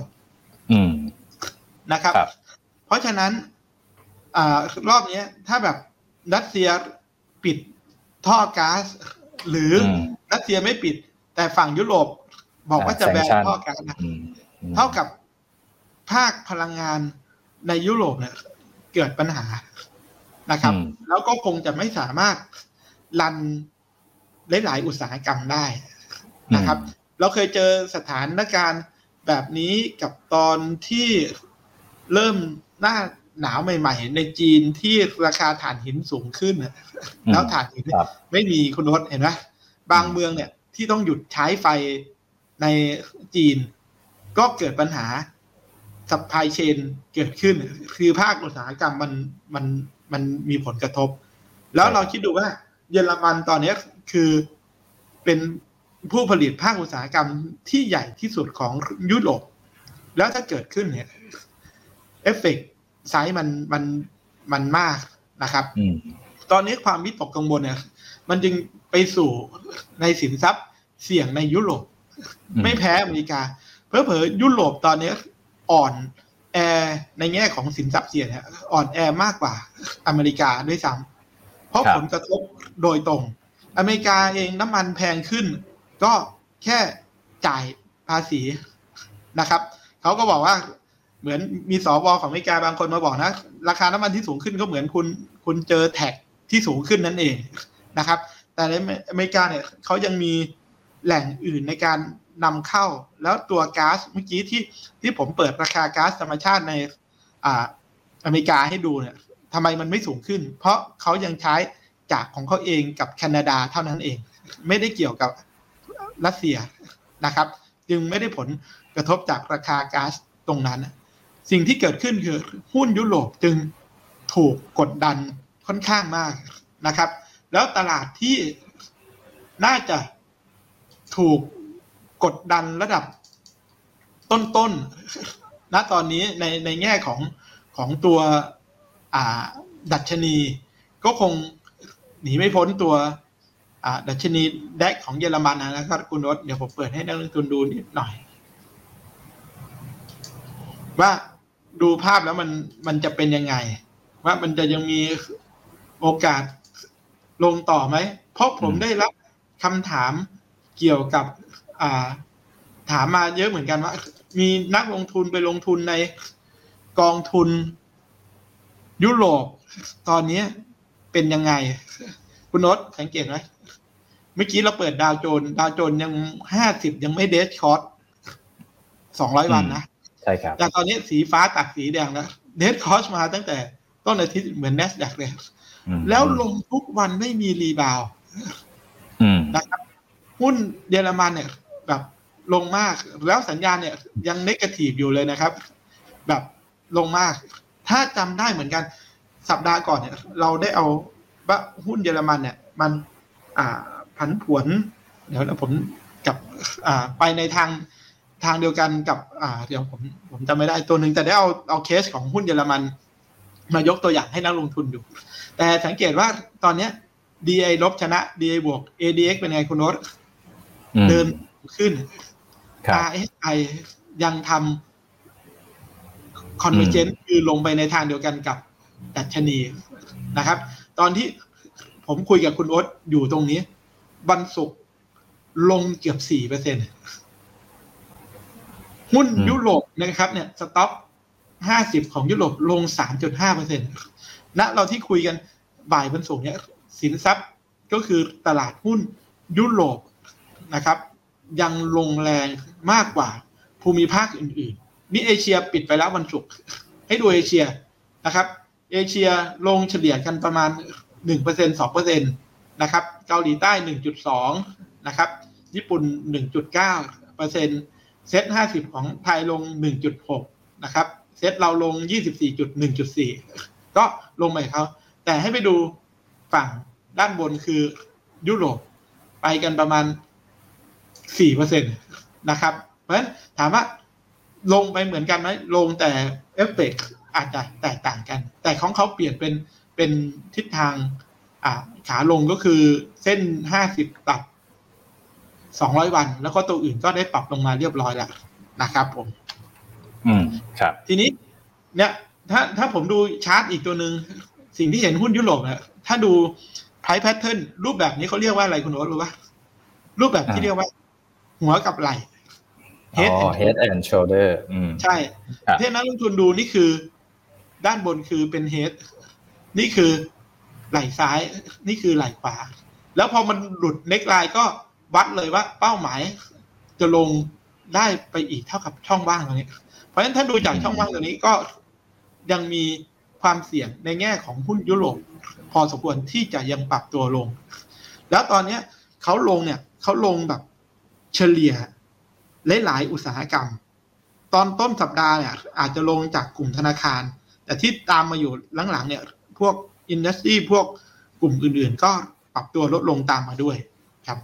นะครับเพราะฉะนั้นรอบนี้ถ้าแบบรัสเซียปิดท่อก๊าซหรือรัสเซียไม่ปิดแต่ฝั่งยุโรปบอกว่าจะแบนท่อก๊าซนะเท่ากับภาคพลังงานในยุโรปเนี่ยเกิดปัญหานะครับแล้วก็คงจะไม่สามารถรันหลายๆอุตสาหกรรมได้นะครับเราเคยเจอสถานการณ์แบบนี้กับตอนที่เริ่มหน้าหนาวใหม่ๆในจีนที่ราคาถ่านหินสูงขึ้นแล้วถ่านหินไม่มีคุณโน้ตเห็นไหมบางเมืองเนี่ยที่ต้องหยุดใช้ไฟในจีนก็เกิดปัญหาซัพพลายเชนเกิดขึ้นคือภาคอุตสาหกรรมมันมีผลกระทบแล้วเราคิดดูว่าเยอรมันตอนนี้คือเป็นผู้ผลิตภาคอุตสาหกรรมที่ใหญ่ที่สุดของยุโรปแล้วถ้าเกิดขึ้นเนี่ยเอฟเฟกต์ไซส์มันมากนะครับตอนนี้ความวิตกกังวลเนี่ยมันจึงไปสู่ในสินทรัพย์เสี่ยงในยุโรปไม่แพ้อเมริกาเผลอๆยุโรปตอนนี้อ่อนแอในแง่ของสินทรัพย์เสี่ยงเนี่ยอ่อนแอมากกว่าอเมริกาด้วยซ้ำเพราะผลกระทบโดยตรงอเมริกาเองน้ำมันแพงขึ้นก็แค่จ่ายภาษีนะครับเขาก็บอกว่าเหมือนมีสวของอเมริกาบางคนมาบอกนะราคาน้ำมันที่สูงขึ้นก็เหมือนคุณเจอแท็กที่สูงขึ้นนั่นเองนะครับแต่ในอเมริกาเนี่ยเขายังมีแหล่งอื่นในการนำเข้าแล้วตัวก๊าซเมื่อกี้ที่ผมเปิดราคาก๊าซธรรมชาติในอเมริกาให้ดูเนี่ยทำไมมันไม่สูงขึ้นเพราะเขายังใช้จากของเขาเองกับแคนาดาเท่านั้นเองไม่ได้เกี่ยวกับรัสเซียนะครับจึงไม่ได้ผลกระทบจากราคาก๊าซตรงนั้นสิ่งที่เกิดขึ้นคือหุ้นยุโรปจึงถูกกดดันค่อนข้างมากนะครับแล้วตลาดที่น่าจะถูกกดดันระดับต้นๆณตอนนี้ในแง่ของตัวดัชนีก็คงหนีไม่พ้นตัวดัชนีแดกของเยอรมันนะครับคุณรถเดี๋ยวผมเปิดให้นักลงทุนดูนิดหน่อยว่าดูภาพแล้วมันจะเป็นยังไงว่ามันจะยังมีโอกาสลงต่อไหมเพราะผมได้รับคำถามเกี่ยวกับถามมาเยอะเหมือนกันว่ามีนักลงทุนไปลงทุนในกองทุนยุโรปตอนนี้เป็นยังไงคุณโน้ตสังเกตไหมเมื่อกี้เราเปิดดาวโจนส์ยัง50ยังไม่เดชคอร์ส200วันนะใช่ครับแต่ตอนนี้สีฟ้าตัดสีแดงแล้วเดชคอร์สมาตั้งแต่ต้นอาทิตย์เหมือน NASDAQ เลยแล้วลงทุกวันไม่มีรีบาวด์นะครับหุ้นเยอรมันเนี่ยแบบลงมากแล้วสัญญาณเนี่ยยังเนกาทีฟอยู่เลยนะครับแบบลงมากถ้าจำได้เหมือนกันสัปดาห์ก่อนเนี่ยเราได้เอาว่าหุ้นเยอรมันเนี่ยมันผันผวนเดี๋ยวผมกับไปในทางเดียวกันกับเดี๋ยวผมจำไม่ได้ตัวหนึ่งแต่ได้เอาเคสของหุ้นเยอรมันมายกตัวอย่างให้นักลงทุนดูแต่สังเกตว่าตอนนี้ DI ลบชนะ DI บวก ADX เป็นไงคุณโน้ตเดินขึ้น RSI ยังทำ Convergence คือลงไปในทางเดียวกันกับดัชนีนะครับตอนที่ผมคุยกับคุณโอ๊ตอยู่ตรงนี้วันศุกร์ลงเกือบ 4% หุ้นยุโรปนะครับเนี่ยสต็อก50ของยุโรปลง 3.5% ณเราที่คุยกันบ่ายวันศุกร์เนี่ยสินทรัพย์ก็คือตลาดหุ้นยุโรปนะครับยังลงแรงมากกว่าภูมิภาคอื่นๆนี่เอเชียปิดไปแล้ววันศุกร์ให้ดูเอเชียนะครับเอเชียลงเฉลี่ยกันประมาณ 1% 2% นะครับเกาหลีใต้ 1.2 นะครับญี่ปุ่น 1.9% เซ็ต50ของไทยลง 1.6 นะครับเซ็ตเราลง 24.1.4 ก็ลงไปเขาแต่ให้ไปดูฝั่งด้านบนคือยุโรปไปกันประมาณ 4% นะครับเพราะฉะนั้นถามว่าลงไปเหมือนกันไหมลงแต่เอฟเฟกต์อาจจะแตกต่างกันแต่ของเขาเปลี่ยนเป็นทิศทางขาลงก็คือเส้น50ตัด200วันแล้วก็ตัวอื่นก็ได้ปรับลงมาเรียบร้อยแล้วนะครับผมครับทีนี้เนี่ยถ้าผมดูชาร์ตอีกตัวนึงสิ่งที่เห็นหุ้นยุโรปเนี่ยถ้าดู price pattern รูปแบบนี้เขาเรียกว่าอะไรคุณโอ๊ตรู้ป่ะรูปแบบที่เรียกว่าหัวกับไหล่ head and shoulder ใช่ที่นักลงทุนดูนี่คือด้านบนคือเป็น head นี่คือไหล่ซ้ายนี่คือไหล่ขวาแล้วพอมันหลุดเน็กไลน์ก็วัดเลยว่าเป้าหมายจะลงได้ไปอีกเท่ากับช่องว่างตรงนี้เพราะฉะนั้นถ้าดูจากช่องว่างตรงนี้ก็ยังมีความเสี่ยงในแง่ของหุ้นยุโรปพอสมควรที่จะยังปรับตัวลงแล้วตอนนี้เขาลงแบบเฉลี่ยหลายอุตสาหกรรมตอนต้นสัปดาห์เนี่ยอาจจะลงจากกลุ่มธนาคารแต่ที่ตามมาอยู่หลังๆเนี่ยพวกอินดัสทรีพวกกลุ่มอื่นๆก็ปรับตัวลดลงตามมาด้วยครับ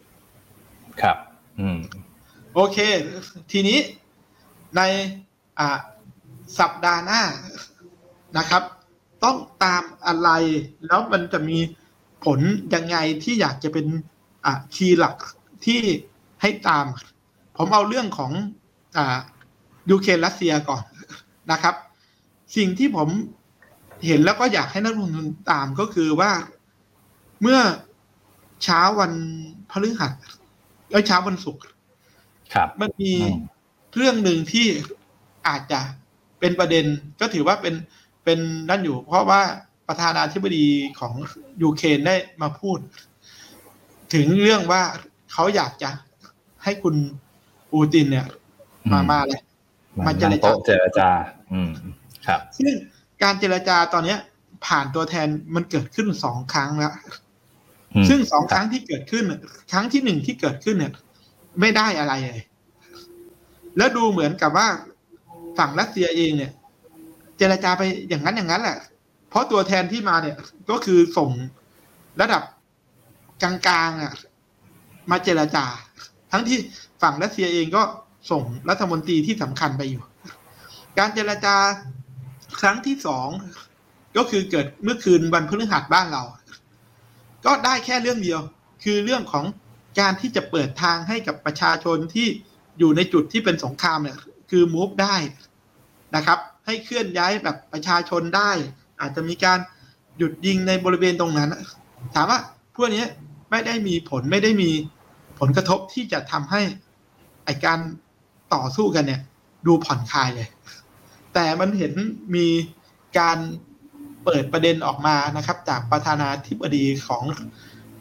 โอเคทีนี้ในสัปดาห์หน้านะครับต้องตามอะไรแล้วมันจะมีผลยังไงที่อยากจะเป็นคีย์หลักที่ให้ตามผมเอาเรื่องของยูเครนรัสเซียก่อนนะครับสิ่งที่ผมเห็นแล้วก็อยากให้นักลงทุนตามก็คือว่าเมื่อเช้าวันพฤหัสเช้าวันศุกร์มันมีเรื่องหนึ่งที่อาจจะเป็นประเด็นก็ถือว่าเป็นนั่นอยู่เพราะว่าประธานาธิบดีของยูเครนได้มาพูดถึงเรื่องว่าเขาอยากจะให้คุณปูตินเนี่ยมาเลยมาเจรจาครับซึ่งการเจรจาตอนนี้ผ่านตัวแทนมันเกิดขึ้น2 ครั้งแล้วซึ่ง2 ครั้งที่เกิดขึ้นครั้งที่1ที่เกิดขึ้นเนี่ยไม่ได้อะไรเลยแล้วดูเหมือนกับว่าฝั่งรัสเซียเองเนี่ยเจรจาไปอย่างนั้นแหละเพราะตัวแทนที่มาเนี่ยก็คือส่งระดับกลางๆมาเจรจาทั้งที่ฝั่งรัสเซียเองก็ส่งรัฐมนตรีที่สำคัญไปอยู่การเจรจาครั้งที่2ก็คือเกิดเมื่อคืนวันพฤหัสบ้านเราก็ได้แค่เรื่องเดียวคือเรื่องของการที่จะเปิดทางให้กับประชาชนที่อยู่ในจุดที่เป็นสงครามเนี่ยคือ move ได้นะครับให้เคลื่อนย้ายแบบประชาชนได้อาจจะมีการหยุดยิงในบริเวณตรงนั้นถามว่าพวกนี้ไม่ได้มีผลกระทบที่จะทำให้การต่อสู้กันเนี่ยดูผ่อนคลายเลยแต่มันเห็นมีการเปิดประเด็นออกมานะครับจากประธานาธิบดีของ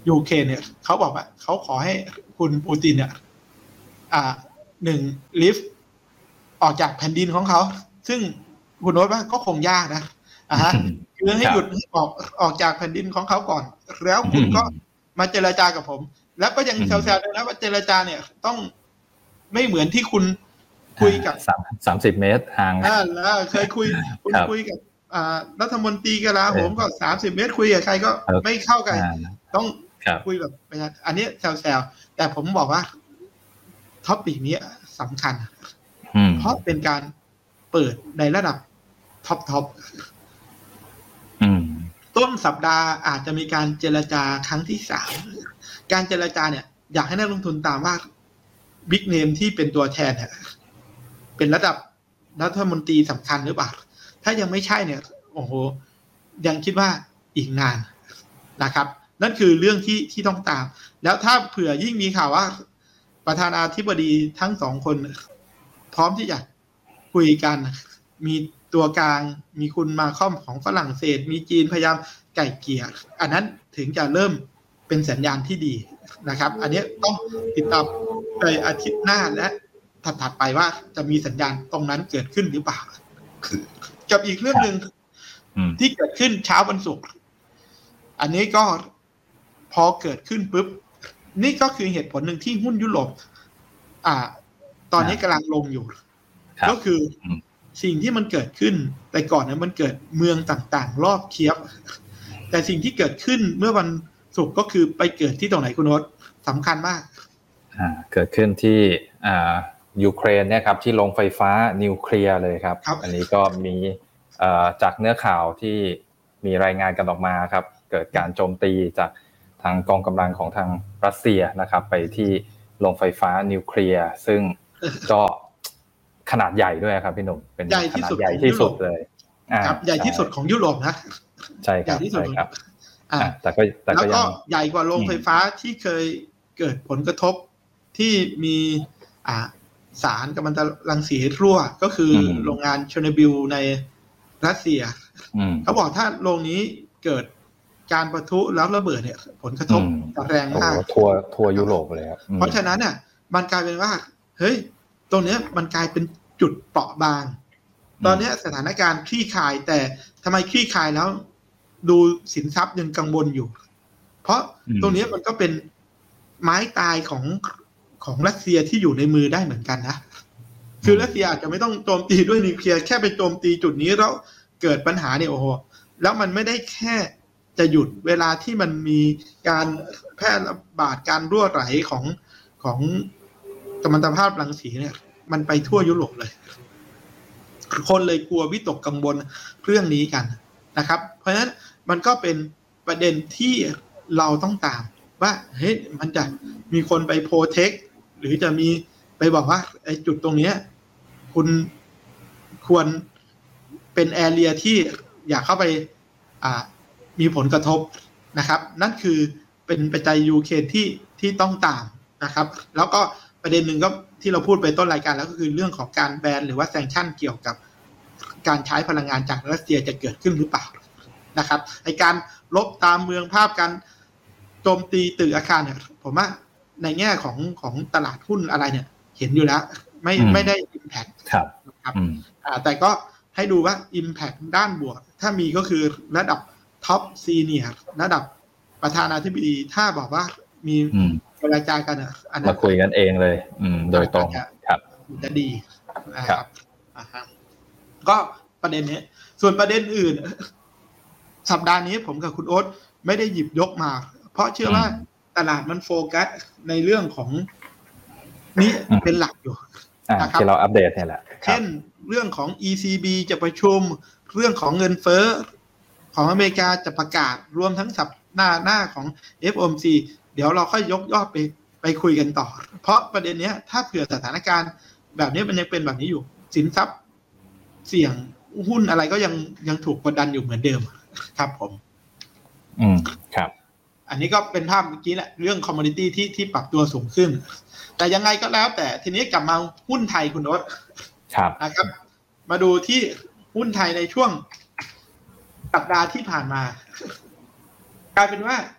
ยูเครนเนี่ยเขาบอกว่าเขาขอให้คุณปูตินเนี่ยลิฟต์ออกจากแผ่นดินของเขาซึ่งคุณโน้ตว่าก็คงยากนะคือให้หยุดออกจากแผ่นดินของเขาก่อนแล้วคุณก็มาเจรจากับผมแล้วก็ยังแซวๆด้วยนะว่าเจรจาเนี่ยต้องไม่เหมือนที่คุณคุยกับ 30 เมตรห่างแล้วเคยคุยคุณคุยกับรัฐมนตรีกลาโหมก็30 เมตรคุยกับใครก็ไม่เข้ากันต้องคุยแบบอันนี้แซวๆแต่ผมบอกว่าท็อปิกนี้สำคัญเพราะเป็นการเปิดในระดับท็อปต้นสัปดาห์อาจจะมีการเจรจาครั้งที่3การเจรจาเนี่ยอยากให้นักลงทุนตามว่าบิ๊กเนมที่เป็นตัวแทนเนี่ยเป็นระดับรัฐมนตรีสำคัญหรือเปล่าถ้ายังไม่ใช่เนี่ยโอ้โหยังคิดว่าอีกนานนะครับนั่นคือเรื่องที่ต้องตามแล้วถ้าเผื่อยิ่งมีข่าวว่าประธานาธิบดีทั้ง2คนพร้อมที่จะคุยกันมีตัวกลางมีคุณมาคอมของฝรั่งเศสมีจีนพยายามไก่เกลี่ยอันนั้นถึงจะเริ่มเป็นสัญญาณที่ดีนะครับอันนี้ต้องติดตามในอาทิตย์หน้าและถัดไปว่าจะมีสัญญาณตรงนั้นเกิดขึ้นหรือเปล่ากับอีกเรื่องนึงที่เกิดขึ้นเช้าวันศุกร์อันนี้ก็พอเกิดขึ้นปุ๊บนี่ก็คือเหตุผลหนึ่งที่หุ้นยุโรปตอนนี้กำลังลงอยู่ก็คือสิ่งที่มันเกิดขึ้นแต่ก่อนนั้นมันเกิดเมืองต่างๆรอบเคียฟแต่สิ่งที่เกิดขึ้นเมื่อวันศุกร์ก็คือไปเกิดที่ตรงไหนคุณโน้ตสำคัญมากเกิดขึ้นที่ยูเครนเนี่ยครับที่โรงไฟฟ้านิวเคลียร์เลยครับอันนี้ก็มีจากเนื้อข่าวที่มีรายงานกันออกมาครับเกิดการโจมตีจากทางกองกำลังของทางรัสเซียนะครับไปที่โรงไฟฟ้านิวเคลียร์ซึ่งก็ขนาดใหญ่ด้วยครับพี่หนุ่มเป็นขนาดใหญ่ที่สุดเลยครับใหญ่ที่สุดของยุโรปนะใช่ครับใช่ครับแต่ก็ใหญ่กว่าโรงไฟฟ้าที่เคยเกิดผลกระทบที่มีสารกัมมันตรังสีรั่วก็คือโรงงานเชอร์โนบิลในรัสเซียเขาบอกถ้าโรงนี้เกิดการปะทุแล้วระเบิดเนี่ยผลกระทบแรงมากทั่วยุโรปเลยครับเพราะฉะนั้นเนี่ยมันกลายเป็นว่าเฮ้ยตรงนี้มันกลายเป็นจุดเปราะบางตอนนี้สถานการณ์คลี่คลายแต่ทำไมคลี่คลายแล้วดูสินทรัพย์ยังกังวลอยู่เพราะตรงนี้มันก็เป็นไม้ตายของรัสเซียที่อยู่ในมือได้เหมือนกันนะคือรัสเซียอาจจะไม่ต้องโจมตีด้วยนิวเคลียร์แค่ไปโจมตีจุดนี้แล้วเกิดปัญหาเนี่ยโอ้โหแล้วมันไม่ได้แค่จะหยุดเวลาที่มันมีการแพร่ระบาดการรั่วไหลของกัมมันตภาพรังสีเนี่ยมันไปทั่วยุโรปเลยคนเลยกลัววิตกกังวลเรื่องนี้กันนะครับเพราะฉะนั้นมันก็เป็นประเด็นที่เราต้องตามว่าเฮ้ยมันจะมีคนไปโปรเทคหรือจะมีไปบอกว่าไอ้จุดตรงนี้คุณควรเป็นแอเรียที่อยากเข้าไปมีผลกระทบนะครับนั่นคือเป็นปัจจัยยูเครนที่ต้องตามนะครับแล้วก็ประเด็นหนึ่งก็ที่เราพูดไปต้นรายการแล้วก็คือเรื่องของการแบนหรือว่าแซงชั่นเกี่ยวกับการใช้พลังงานจากรัสเซียจะเกิดขึ้นหรือเปล่านะครับไอ้การลบตามเมืองภาพการโจมตีตึกอาคารเนี่ยผมว่าในแง่ของตลาดหุ้นอะไรเนี่ยเห็นอยู่แล้วไม่ได้ impact ครับแต่ก็ให้ดูว่า impact ด้านบวกถ้ามีก็คือระดับท็อปซีเนียร์ระดับประธานาธิบดีถ้าบอกว่ามีเจรจากันมาคุยกันเองเลยโดยตรงครับจะดีนะครับก็ประเด็นนี้ส่วนประเด็นอื่นสัปดาห์นี้ผมกับคุณโอ๊ตไม่ได้หยิบยกมาเพราะเชื่อว่าตลาดมันโฟกัสในเรื่องของนี้เป็นหลักอยู่นะครับที่เราอัปเดตนี่แหละเช่นเรื่องของ ECB จะประชุมเรื่องของเงินเฟ้อของอเมริกาจะประกาศรวมทั้งสัปหน้าของ FOMC เดี๋ยวเราค่อยยกยอดไปคุยกันต่อเพราะประเด็นนี้ถ้าเผื่อสถานการณ์แบบนี้มันยังเป็นแบบนี้อยู่สินทรัพย์เสี่ยงหุ้นอะไรก็ยังถูกกดดันอยู่เหมือนเดิมครับผมครับอันนี้ก็เป็นภาพเมื่อกี้แหละเรื่องคอมมูนิตี้ที่ปรับตัวสูงขึ้นแต่ยังไงก็แล้วแต่ทีนี้กลับมาหุ้นไทยคุณโน้ตนะครับมาดูที่หุ้นไทยในช่วงสัปดาห์ที่ผ่านมากลายเป็นว่า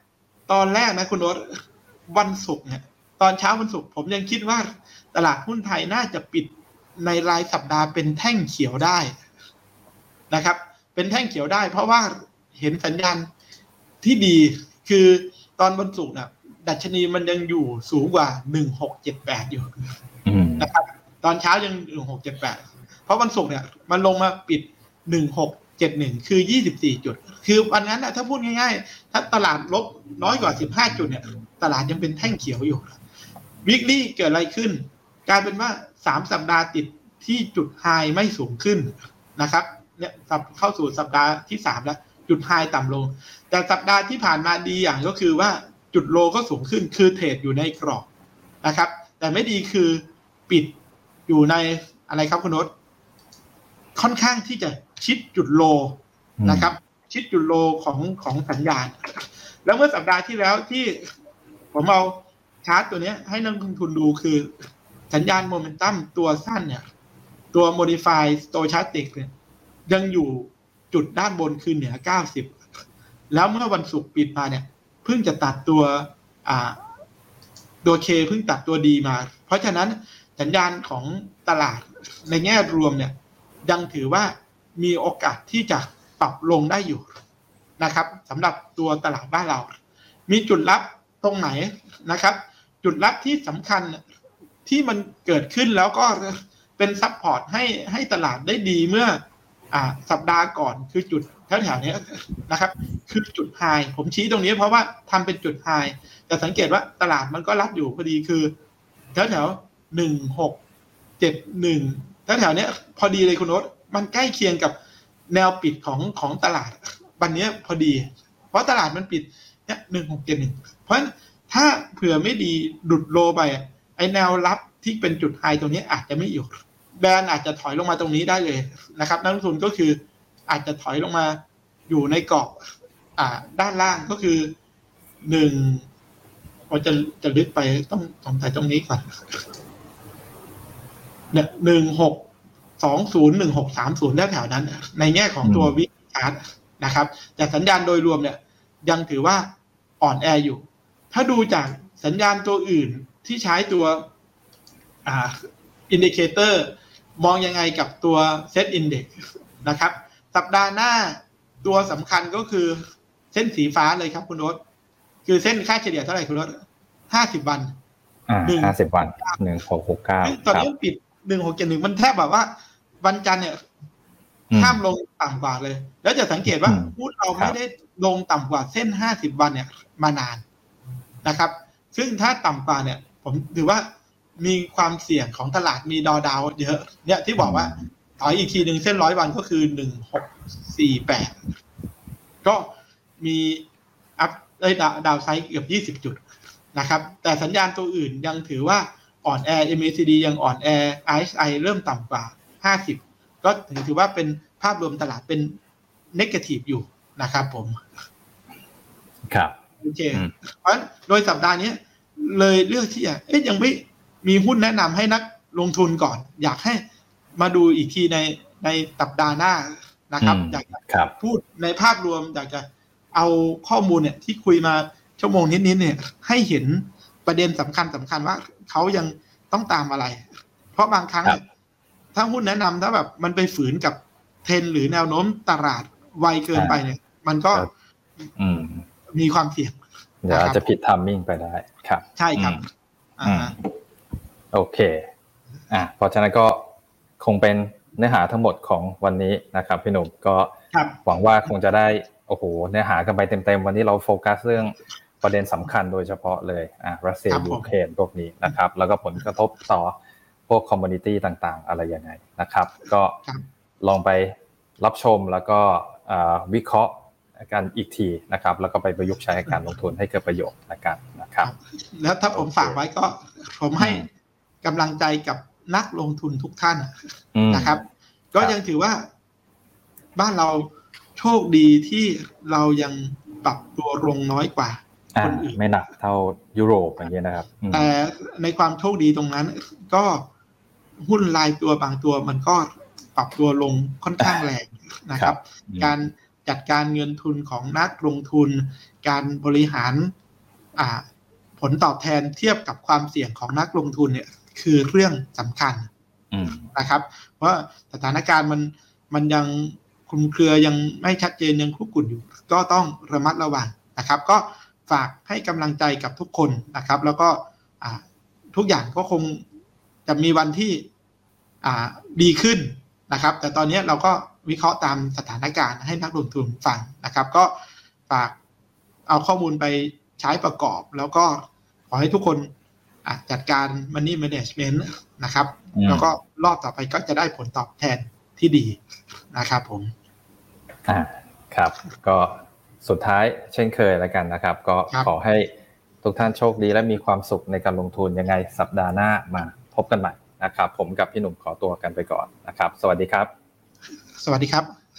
ตอนแรกนะคุณโอ๊ตวันศุกร์เนี่ยตอนเช้าวันศุกร์ผมยังคิดว่าตลาดหุ้นไทยน่าจะปิดในรายสัปดาห์เป็นแท่งเขียวได้นะครับเป็นแท่งเขียวได้เพราะว่าเห็นสัญญาณที่ดีคือตอนวันศุกร์น่ะดัชนีมันยังอยู่สูงกว่า1678อยู่นะครับตอนเช้ายัง1678เพราะวันศุกร์เนี่ยมันลงมาปิด1671คือ24จุดคือวันนั้นนะถ้าพูดง่ายๆถ้าตลาดลบน้อยกว่า15จุดเนี่ยตลาดยังเป็นแท่งเขียวอยู่วีคลี่เกิดอะไรขึ้นกลายเป็นว่า3สัปดาห์ติดที่จุดไฮไม่สูงขึ้นนะครับเนี่ยเข้าสู่สัปดาห์ที่3แล้วจุดไฮต่ำลงแต่สัปดาห์ที่ผ่านมาดีอย่างก็คือว่าจุดโลก็สูงขึ้นคือเทรดอยู่ในกรอบนะครับแต่ไม่ดีคือปิดอยู่ในอะไรครับคุณโน้ตค่อนข้างที่จะชิดจุดโลนะครับชิดจุดโลของสัญญาณแล้วเมื่อสัปดาห์ที่แล้วที่ผมเอาชาร์ตตัวนี้ให้นักลงทุนดูคือสัญญาณโมเมนตัมตัวสั้นเนี่ยตัว modify stochastic เนี่ยยังอยู่จุดด้านบนคือเหนือ90แล้วเมื่อวันศุกร์ปิดมาเนี่ยเพิ่งจะตัดตัวK เพิ่งตัดตัวดีมาเพราะฉะนั้นสัญญาณของตลาดในแง่รวมเนี่ยยังถือว่ามีโอกาสที่จะปรับลงได้อยู่นะครับสำหรับตัวตลาดบ้านเรามีจุดรับตรงไหนนะครับจุดรับที่สำคัญที่มันเกิดขึ้นแล้วก็เป็นซัพพอร์ตให้ตลาดได้ดีเมื่อสัปดาห์ก่อนคือจุดแถวๆนี้นะครับคือจุดไฮผมชี้ตรงนี้เพราะว่าทำเป็นจุดไฮแต่สังเกตว่าตลาดมันก็รับอยู่พอดีคือแถว1671แถวๆนี้พอดีเลยคุณโน้ตมันใกล้เคียงกับแนวปิดของตลาดวันนี้พอดีเพราะตลาดมันปิดเนี่ย1671เพราะฉะนั้นถ้าเผื่อไม่ดีดุดโลไปไอแนวรับที่เป็นจุดไฮตรงนี้อาจจะไม่อยู่แบรนด์อาจจะถอยลงมาตรงนี้ได้เลยนะครับนักลงทุนก็คืออาจจะถอยลงมาอยู่ในกรอบด้านล่างก็คือ1เราจะลึกไปต้องสงสัยตรงนี้ก่อนเนี่ย1620 1630แถวๆนั้นในแง่ของตัววิกชาร์ตนะครับแต่สัญญาณโดยรวมเนี่ยยังถือว่าอ่อนแออยู่ถ้าดูจากสัญญาณตัวอื่นที่ใช้ตัวอินดิเคเตอร์มองยังไงกับตัว Set Index นะครับสัปดาห์หน้าตัวสำคัญก็คือเส้นสีฟ้าเลยครับคุณโอ๊ตคือเส้นค่าเฉลี่ยเท่าไหร่คุณโอ๊ต50 วัน 50 วัน1669 ตอนนี้ปิด1671มันแทบแบบว่าวันจันทร์เนี่ยห้ามลงต่ำกว่าเลยแล้วจะสังเกตว่าหุ้นเราไม่ได้ลงต่ำกว่าเส้น50 วันเนี่ยมานานนะครับซึ่งถ้าต่ำกว่าเนี่ยผมถือว่ามีความเสี่ยงของตลาดมีดาวเยอะเนี่ยที่บอกว่าถอยอีกทีหนึ่งเส้น100 วันก็คือ1648ก็มีอัพดาวไซด์เกือบ20 จุดนะครับแต่สัญญาณตัวอื่นยังถือว่าอ่อนแอ MACD ยังอ่อนแอ RSI เริ่มต่ำกว่า50ก็ถือว่าเป็นภาพรวมตลาดเป็น negative อยู่นะครับผมครับโอเคเพราะฉะนั้นโดยสัปดาห์นี้เลยเลือกที่ยังไม่มีหุ้นแนะนำให้นักลงทุนก่อนอยากให้มาดูอีกทีในสัปดาห์หน้านะครับอยากจะพูดในภาพรวมอยากจะเอาข้อมูลเนี่ยที่คุยมาชั่วโมงนิดๆเนี่ยให้เห็นประเด็นสำคัญว่าเขายังต้องตามอะไรเพราะบางครั้งถ้าหุ้นแนะนำถ้าแบบมันไปฝืนกับเทรนด์หรือแนวโน้มตลาดไวเกินไปเนี่ยมันก็มีความเสี่ยงเดี๋ยวจะผิดไทมิ่งไปได้ครับใช่ครับโอเคเพราะฉะนั้นก็คงเป็นเนื้อหาทั้งหมดของวันนี้นะครับพี่หนุ่มก็หวังว่าคงจะได้โอ้โหเนื้อหากันไปเต็มๆวันนี้เราโฟกัสเรื่องประเด็นสำคัญโดยเฉพาะเลยรัสเซียยูเครนพวกนี้นะครับแล้วก็ผลกระทบต่อพวกคอมมูนิตี้ต่างๆอะไรยังไงนะครับก็ลองไปรับชมแล้วก็วิเคราะห์กันอีกทีนะครับแล้วก็ไปประยุกต์ใช้ในการลงทุนให้เกิดประโยชน์นะครับแล้วถ้าผมฝากไว้ก็ผมให้กำลังใจกับนักลงทุนทุกท่านนะครับก็ยังถือว่าบ้านเราโชคดีที่เรายังปรับตัวลงน้อยกว่าคนอื่นไม่หนักเท่ายุโรปอย่างเงี้ยนะครับแต่ในความโชคดีตรงนั้นก็หุ้นรายตัวบางตัวมันก็ปรับตัวลงค่อนข้างแรงนะครับการจัดการเงินทุนของนักลงทุนการบริหารผลตอบแทนเทียบกับความเสี่ยงของนักลงทุนเนี่ยคือเรื่องสำคัญนะครับเพราะสถานการณ์มันยังคลุมเครือยังไม่ชัดเจนยังคุกรุ่นอยู่ก็ต้องระมัดระวังนะครับก็ฝากให้กำลังใจกับทุกคนนะครับแล้วก็ทุกอย่างก็คงจะมีวันที่ดีขึ้นนะครับแต่ตอนนี้เราก็วิเคราะห์ตามสถานการณ์ให้นักลงทุนฟังนะครับก็ฝากเอาข้อมูลไปใช้ประกอบแล้วก็ขอให้ทุกคนจัดการ Money Management นะครับแล้วก็รอบต่อไปก็จะได้ผลตอบแทนที่ดีนะครับผมครับก็สุดท้ายเช่นเคยแล้วกันนะครับก็ขอให้ทุกท่านโชคดีและมีความสุขในการลงทุนยังไงสัปดาห์หน้ามาพบกันใหม่นะครับผมกับพี่หนุ่มขอตัวกันไปก่อนนะครับสวัสดีครับสวัสดีครับ